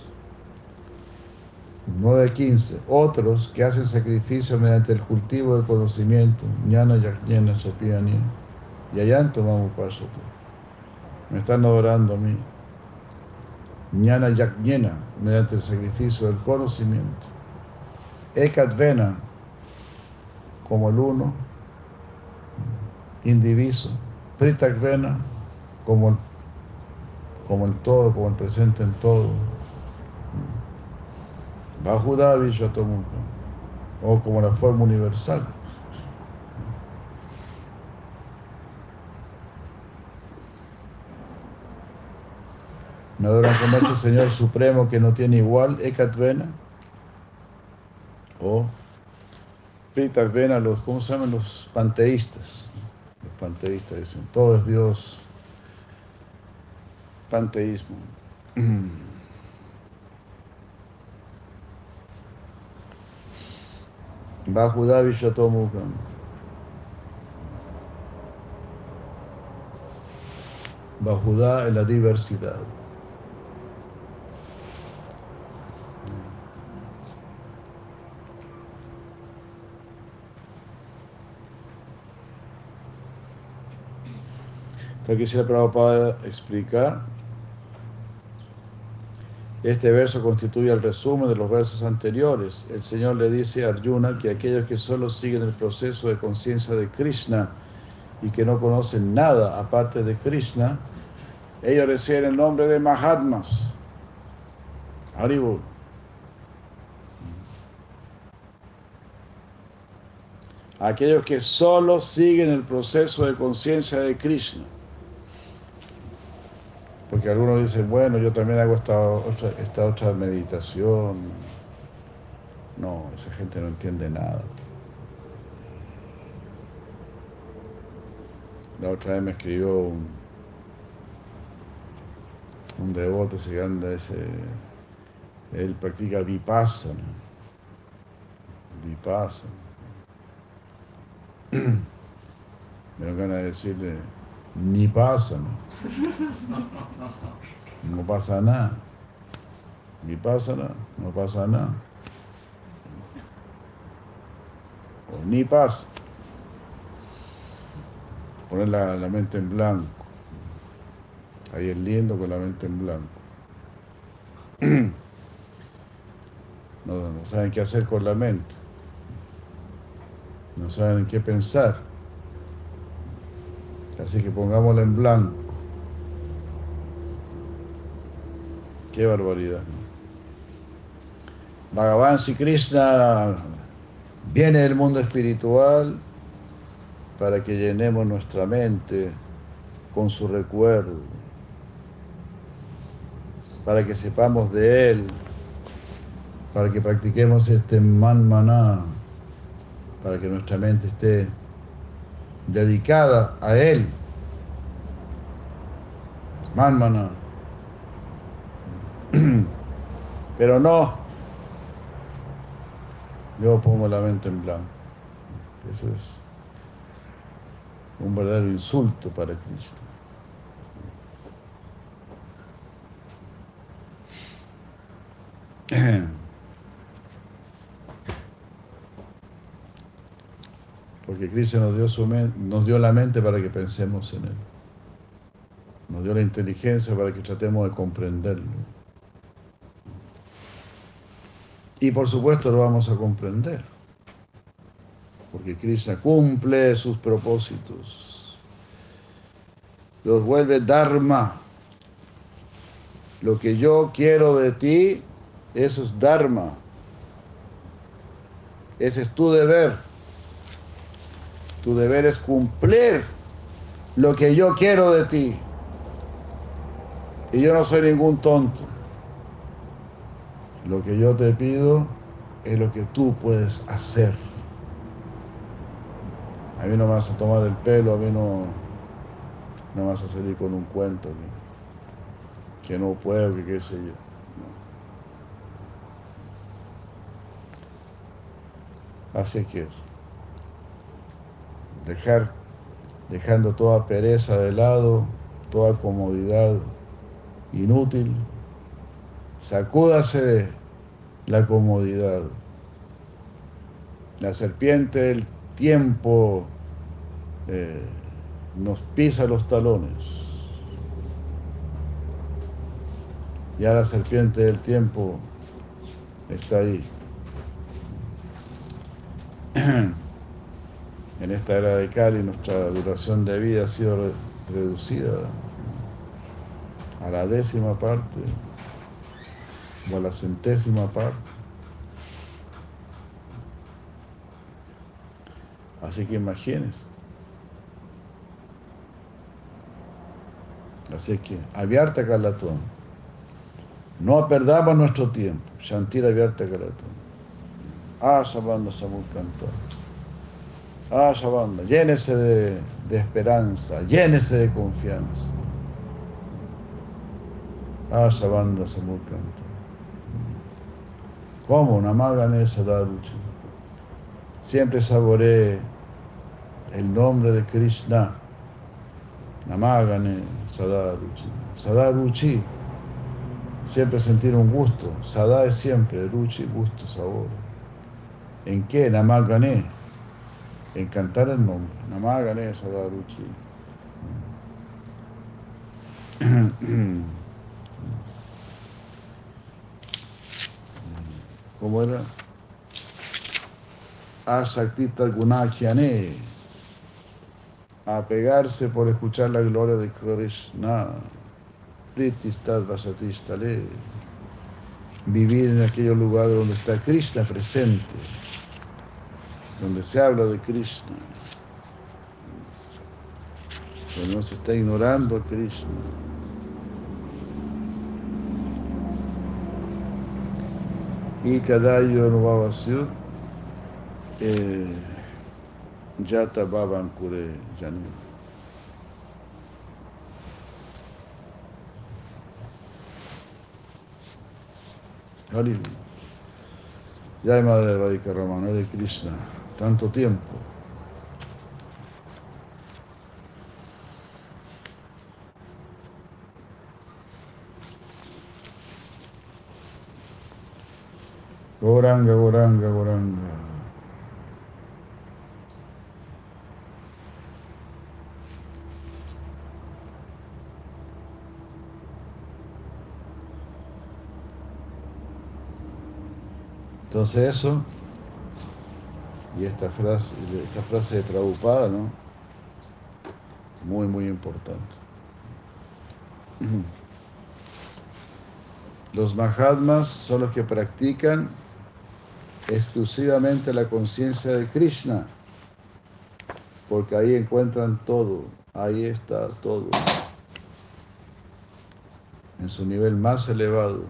nueve quince. Otros que hacen sacrificio mediante el cultivo del conocimiento. Ñana Yajñena Chapiyani. Yayanto Mamu Pasati. Me están adorando a mí. Ñana Yajñena, mediante el sacrificio del conocimiento. Ekadvena, como el uno, indiviso. Pritakvena, como el, como el todo, como el presente en todo. Bajudavi Shotomuka, o como la forma universal. Me adoran como ese Señor Supremo que no tiene igual, Ekatvena, o Pritakvena, los, ¿cómo se llaman? Los panteístas. Los panteístas dicen, todo es Dios. Panteísmo. Bajudavi Shotomuka. Bajudá es la diversidad. Entonces quisiera Prabhupada explicar. Este verso constituye el resumen de los versos anteriores. El Señor le dice a Arjuna que aquellos que solo siguen el proceso de conciencia de Krishna y que no conocen nada aparte de Krishna, ellos reciben el nombre de Mahatmas. Haribol. Aquellos que solo siguen el proceso de conciencia de Krishna. Porque algunos dicen, bueno, yo también hago esta otra, esta otra meditación. No, esa gente no entiende nada. La otra vez me escribió un, un devoto, se anda ese, él practica vipassana. Vipassana. Me dan ganas de decirle, ni pasa, ¿no? No pasa nada. Ni pasa nada, no pasa nada. o ni pasa. Poner la, la mente en blanco. Ahí es lindo con la mente en blanco. No, no saben qué hacer con la mente. No saben qué pensar. Así que pongámosla en blanco. Qué barbaridad. Bhagavan Sri Krishna viene del mundo espiritual para que llenemos nuestra mente con su recuerdo, para que sepamos de Él, para que practiquemos este man maná, para que nuestra mente esté dedicada a Él. Man maná. Pero no, yo pongo la mente en blanco. Eso es un verdadero insulto para Cristo. Porque Cristo nos dio, su mente, nos dio la mente para que pensemos en Él. Nos dio la inteligencia para que tratemos de comprenderlo. Y por supuesto lo vamos a comprender. Porque Krishna cumple sus propósitos. Los vuelve Dharma. Lo que yo quiero de ti, eso es Dharma. Ese es tu deber. Tu deber es cumplir lo que yo quiero de ti. Y yo no soy ningún tonto. Lo que yo te pido es lo que tú puedes hacer. A mí no me vas a tomar el pelo, a mí no, no me vas a salir con un cuento que, que no puedo, que qué sé yo. No. Así es que es. Dejar, dejando toda pereza de lado, toda comodidad inútil, sacúdase la comodidad. La serpiente del tiempo eh, nos pisa los talones. Ya la serpiente del tiempo está ahí. En esta era de Kali nuestra duración de vida ha sido re reducida a la décima parte o a la centésima parte. Así que imagínense. Así que, Avyarta Kalatvam. No perdamos nuestro tiempo. Shantira Avyarta Kalatvam. Asha Banda Samukanta. Asha Banda. Llénese de, de esperanza. Llénese de confianza. Asha Banda Samukanta. ¿Cómo? Namagane Sadaruchi. Siempre saboreé el nombre de Krishna. Namagane Sadaruchi. Sadaruchi. Siempre sentir un gusto. Sada es siempre, Ruchi, gusto, sabor. ¿En qué? Namagane. En cantar el nombre. Namagane Sadaruchi. ¿Cómo era? Asaktita Gunakhyane. Apegarse por escuchar la gloria de Krishna. Pritistad Vasatistale. Vivir en aquellos lugares donde está Krishna presente, donde se habla de Krishna, donde no se está ignorando a Krishna. Y Kadayo Anubhavasyut Yata Bhavankure Janu. Hari. Ya hay Madre Radhika Ramana, Hare Krishna, tanto tiempo. Goranga, Goranga, Goranga. Entonces eso, y esta frase, esta frase de Prabhupada, ¿no? Muy, muy importante. Los Mahatmas son los que practican exclusivamente la conciencia de Krishna, porque ahí encuentran todo, ahí está todo, en su nivel más elevado.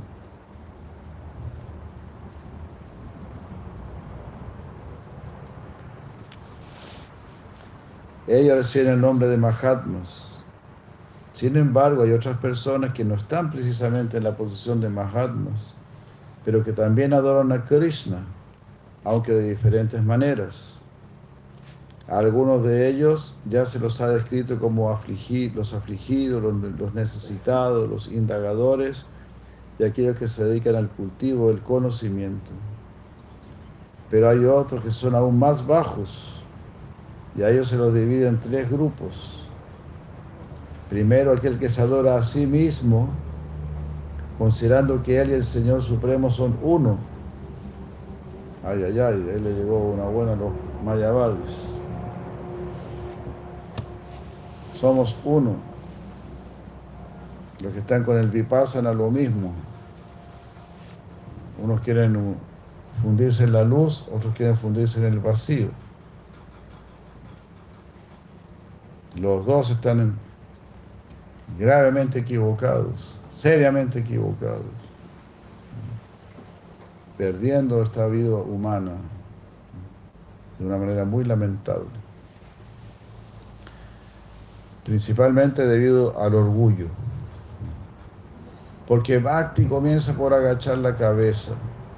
Ellos reciben el nombre de Mahatmas. Sin embargo, hay otras personas que no están precisamente en la posición de Mahatmas, pero que también adoran a Krishna, aunque de diferentes maneras. A algunos de ellos ya se los ha descrito como afligi- los afligidos, los, los necesitados, los indagadores y aquellos que se dedican al cultivo del conocimiento. Pero hay otros que son aún más bajos y a ellos se los divide en tres grupos. Primero, aquel que se adora a sí mismo, considerando que él y el Señor Supremo son uno. Ay, ay, ay, a él le llegó una buena a los mayavadis. Somos uno. Los que están con el vipassana lo mismo. Unos quieren fundirse en la luz, otros quieren fundirse en el vacío. Los dos están gravemente equivocados, seriamente equivocados, perdiendo esta vida humana de una manera muy lamentable. Principalmente debido al orgullo. Porque Bhakti comienza por agachar la cabeza.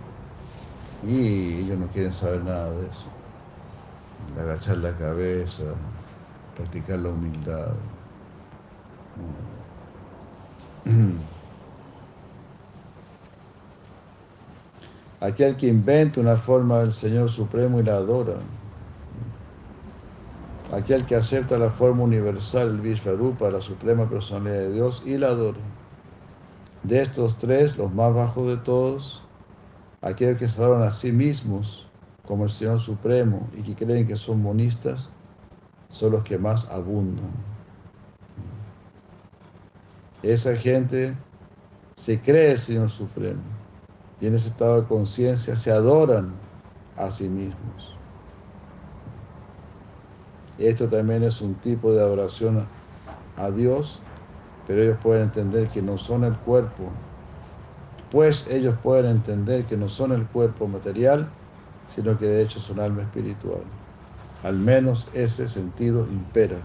Y ellos no quieren saber nada de eso. De agachar la cabeza, practicar la humildad. Aquel que inventa una forma del Señor Supremo y la adora. Aquel que acepta la forma universal, el Vishvarupa, la suprema personalidad de Dios, y la adora. De estos tres, los más bajos de todos, aquellos que se adoran a sí mismos como el Señor Supremo y que creen que son monistas, son los que más abundan. Esa gente se cree el Señor Supremo y en ese estado de conciencia se adoran a sí mismos. Esto también es un tipo de adoración a Dios, pero ellos pueden entender que no son el cuerpo, pues ellos pueden entender que no son el cuerpo material, sino que de hecho son alma espiritual. Al menos ese sentido impera.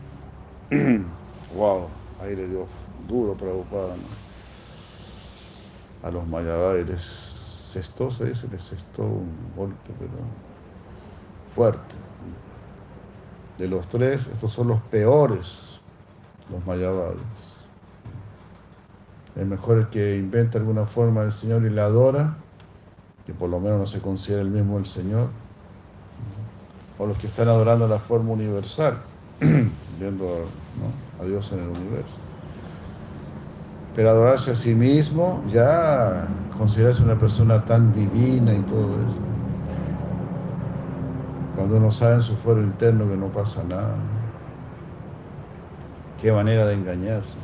Wow, ahí le dio duro Prabhupada, ¿no? A los mayavadis les cestó, se dice, les cestó un golpe, pero fuerte. De los tres, estos son los peores, los mayavadis. El mejor es que inventa alguna forma del Señor y la adora, que por lo menos no se considera el mismo el Señor, o los que están adorando la forma universal, viendo, ¿no?, a Dios en el universo. Pero adorarse a sí mismo, ya considerarse una persona tan divina y todo eso. Cuando uno sabe en su fuero interno que no pasa nada. Qué manera de engañarse.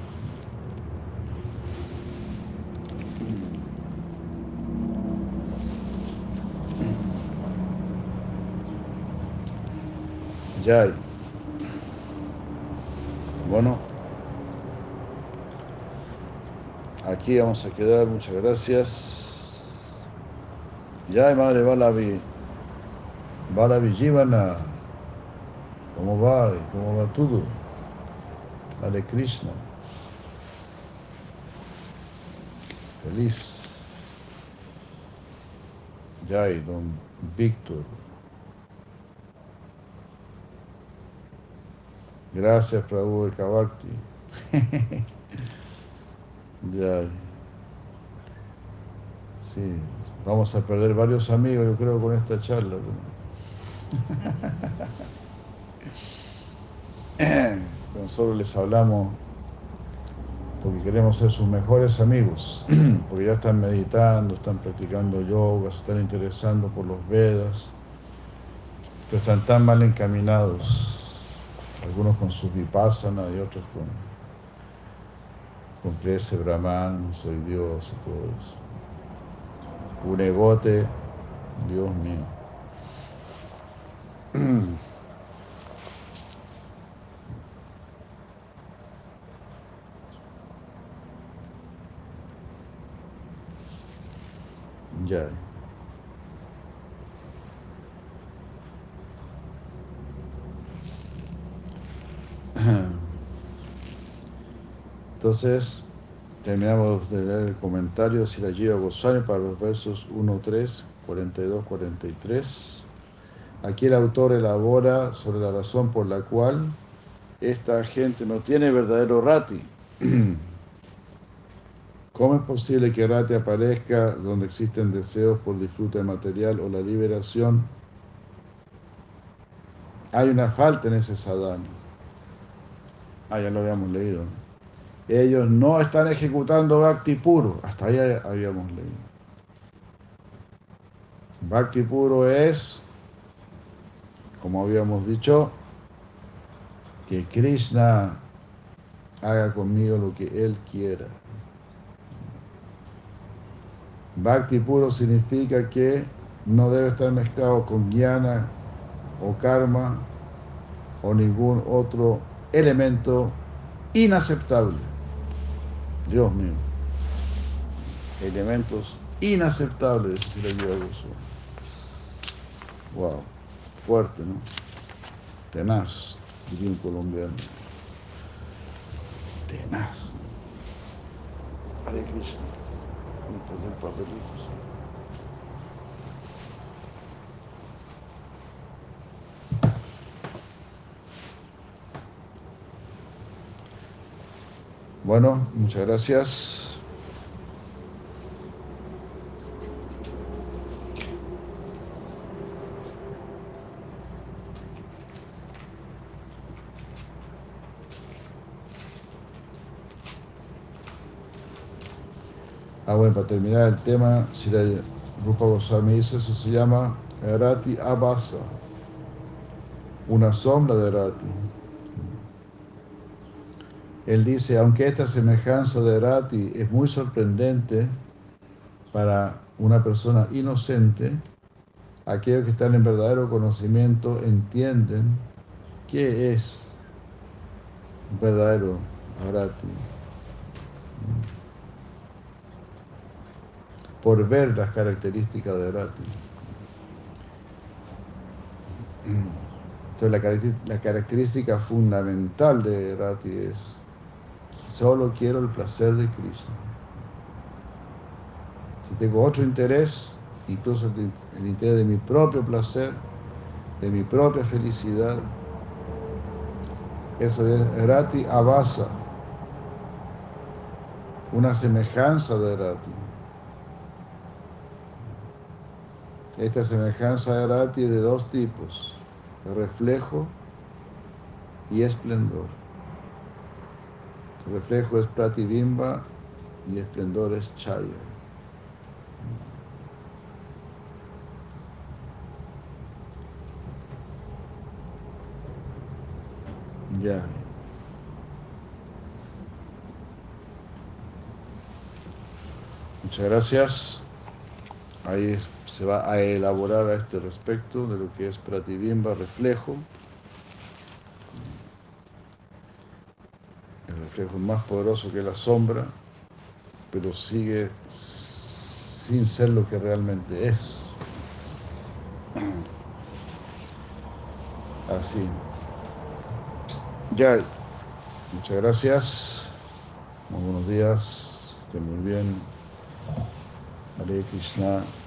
Ya. Bueno, aquí vamos a quedar. Muchas gracias. Ya, madre Valavi. Valavi Jivana. ¿Cómo va? ¿Cómo va todo? Hare Krishna. Feliz. Jai, don Víctor. Gracias, Prabhu de Kavakti. Jai. Sí, vamos a perder varios amigos, yo creo, con esta charla. Nosotros les hablamos porque queremos ser sus mejores amigos, porque ya están meditando, están practicando yoga, se están interesando por los Vedas, pero están tan mal encaminados, algunos con su vipassana y otros con, con creerse Brahman, soy Dios y todo eso. Un egote, Dios mío. Ya. Entonces, terminamos de leer el comentario de Srila Jiva Goswami para los versos uno, tres, cuarenta y dos, cuarenta y tres. Aquí el autor elabora sobre la razón por la cual esta gente no tiene verdadero rati. ¿Cómo es posible que rati aparezca donde existen deseos por disfrute material o la liberación? Hay una falta en ese sadhana. Ah, ya lo habíamos leído. Ellos no están ejecutando bhakti puro. Hasta ahí habíamos leído. Bhakti puro es, como habíamos dicho, que Krishna haga conmigo lo que Él quiera. Bhakti puro significa que no debe estar mezclado con jnana o karma o ningún otro elemento inaceptable. Dios mío. Elementos inaceptables, si le digo eso. Wow. Fuerte, ¿no? Tenaz, diría un colombiano. Tenaz. Hare Krishna. Entonces el papelito, sí. Bueno, muchas gracias. Ah, bueno, para terminar el tema, si la Rupa Goswami dice, eso se llama Rati Abhasa, una sombra de Rati. Él dice, aunque esta semejanza de Rati es muy sorprendente para una persona inocente, aquellos que están en verdadero conocimiento entienden qué es verdadero Rati. Por ver las características de Rati. Entonces la, la característica fundamental de Rati es: solo quiero el placer de Krishna. Si tengo otro interés, incluso el, el interés de mi propio placer, de mi propia felicidad, eso es Rati Abhasa, una semejanza de Rati. Esta semejanza de Rati es de dos tipos: reflejo y esplendor. El reflejo es Pratibimba y esplendor es Chaya. Ya. Muchas gracias. Ahí se va a elaborar a este respecto de lo que es Pratibimba, reflejo. El reflejo es más poderoso que la sombra, pero sigue sin ser lo que realmente es. Así. Ya. Muchas gracias. Muy buenos días. Estén muy bien. Hare Krishna.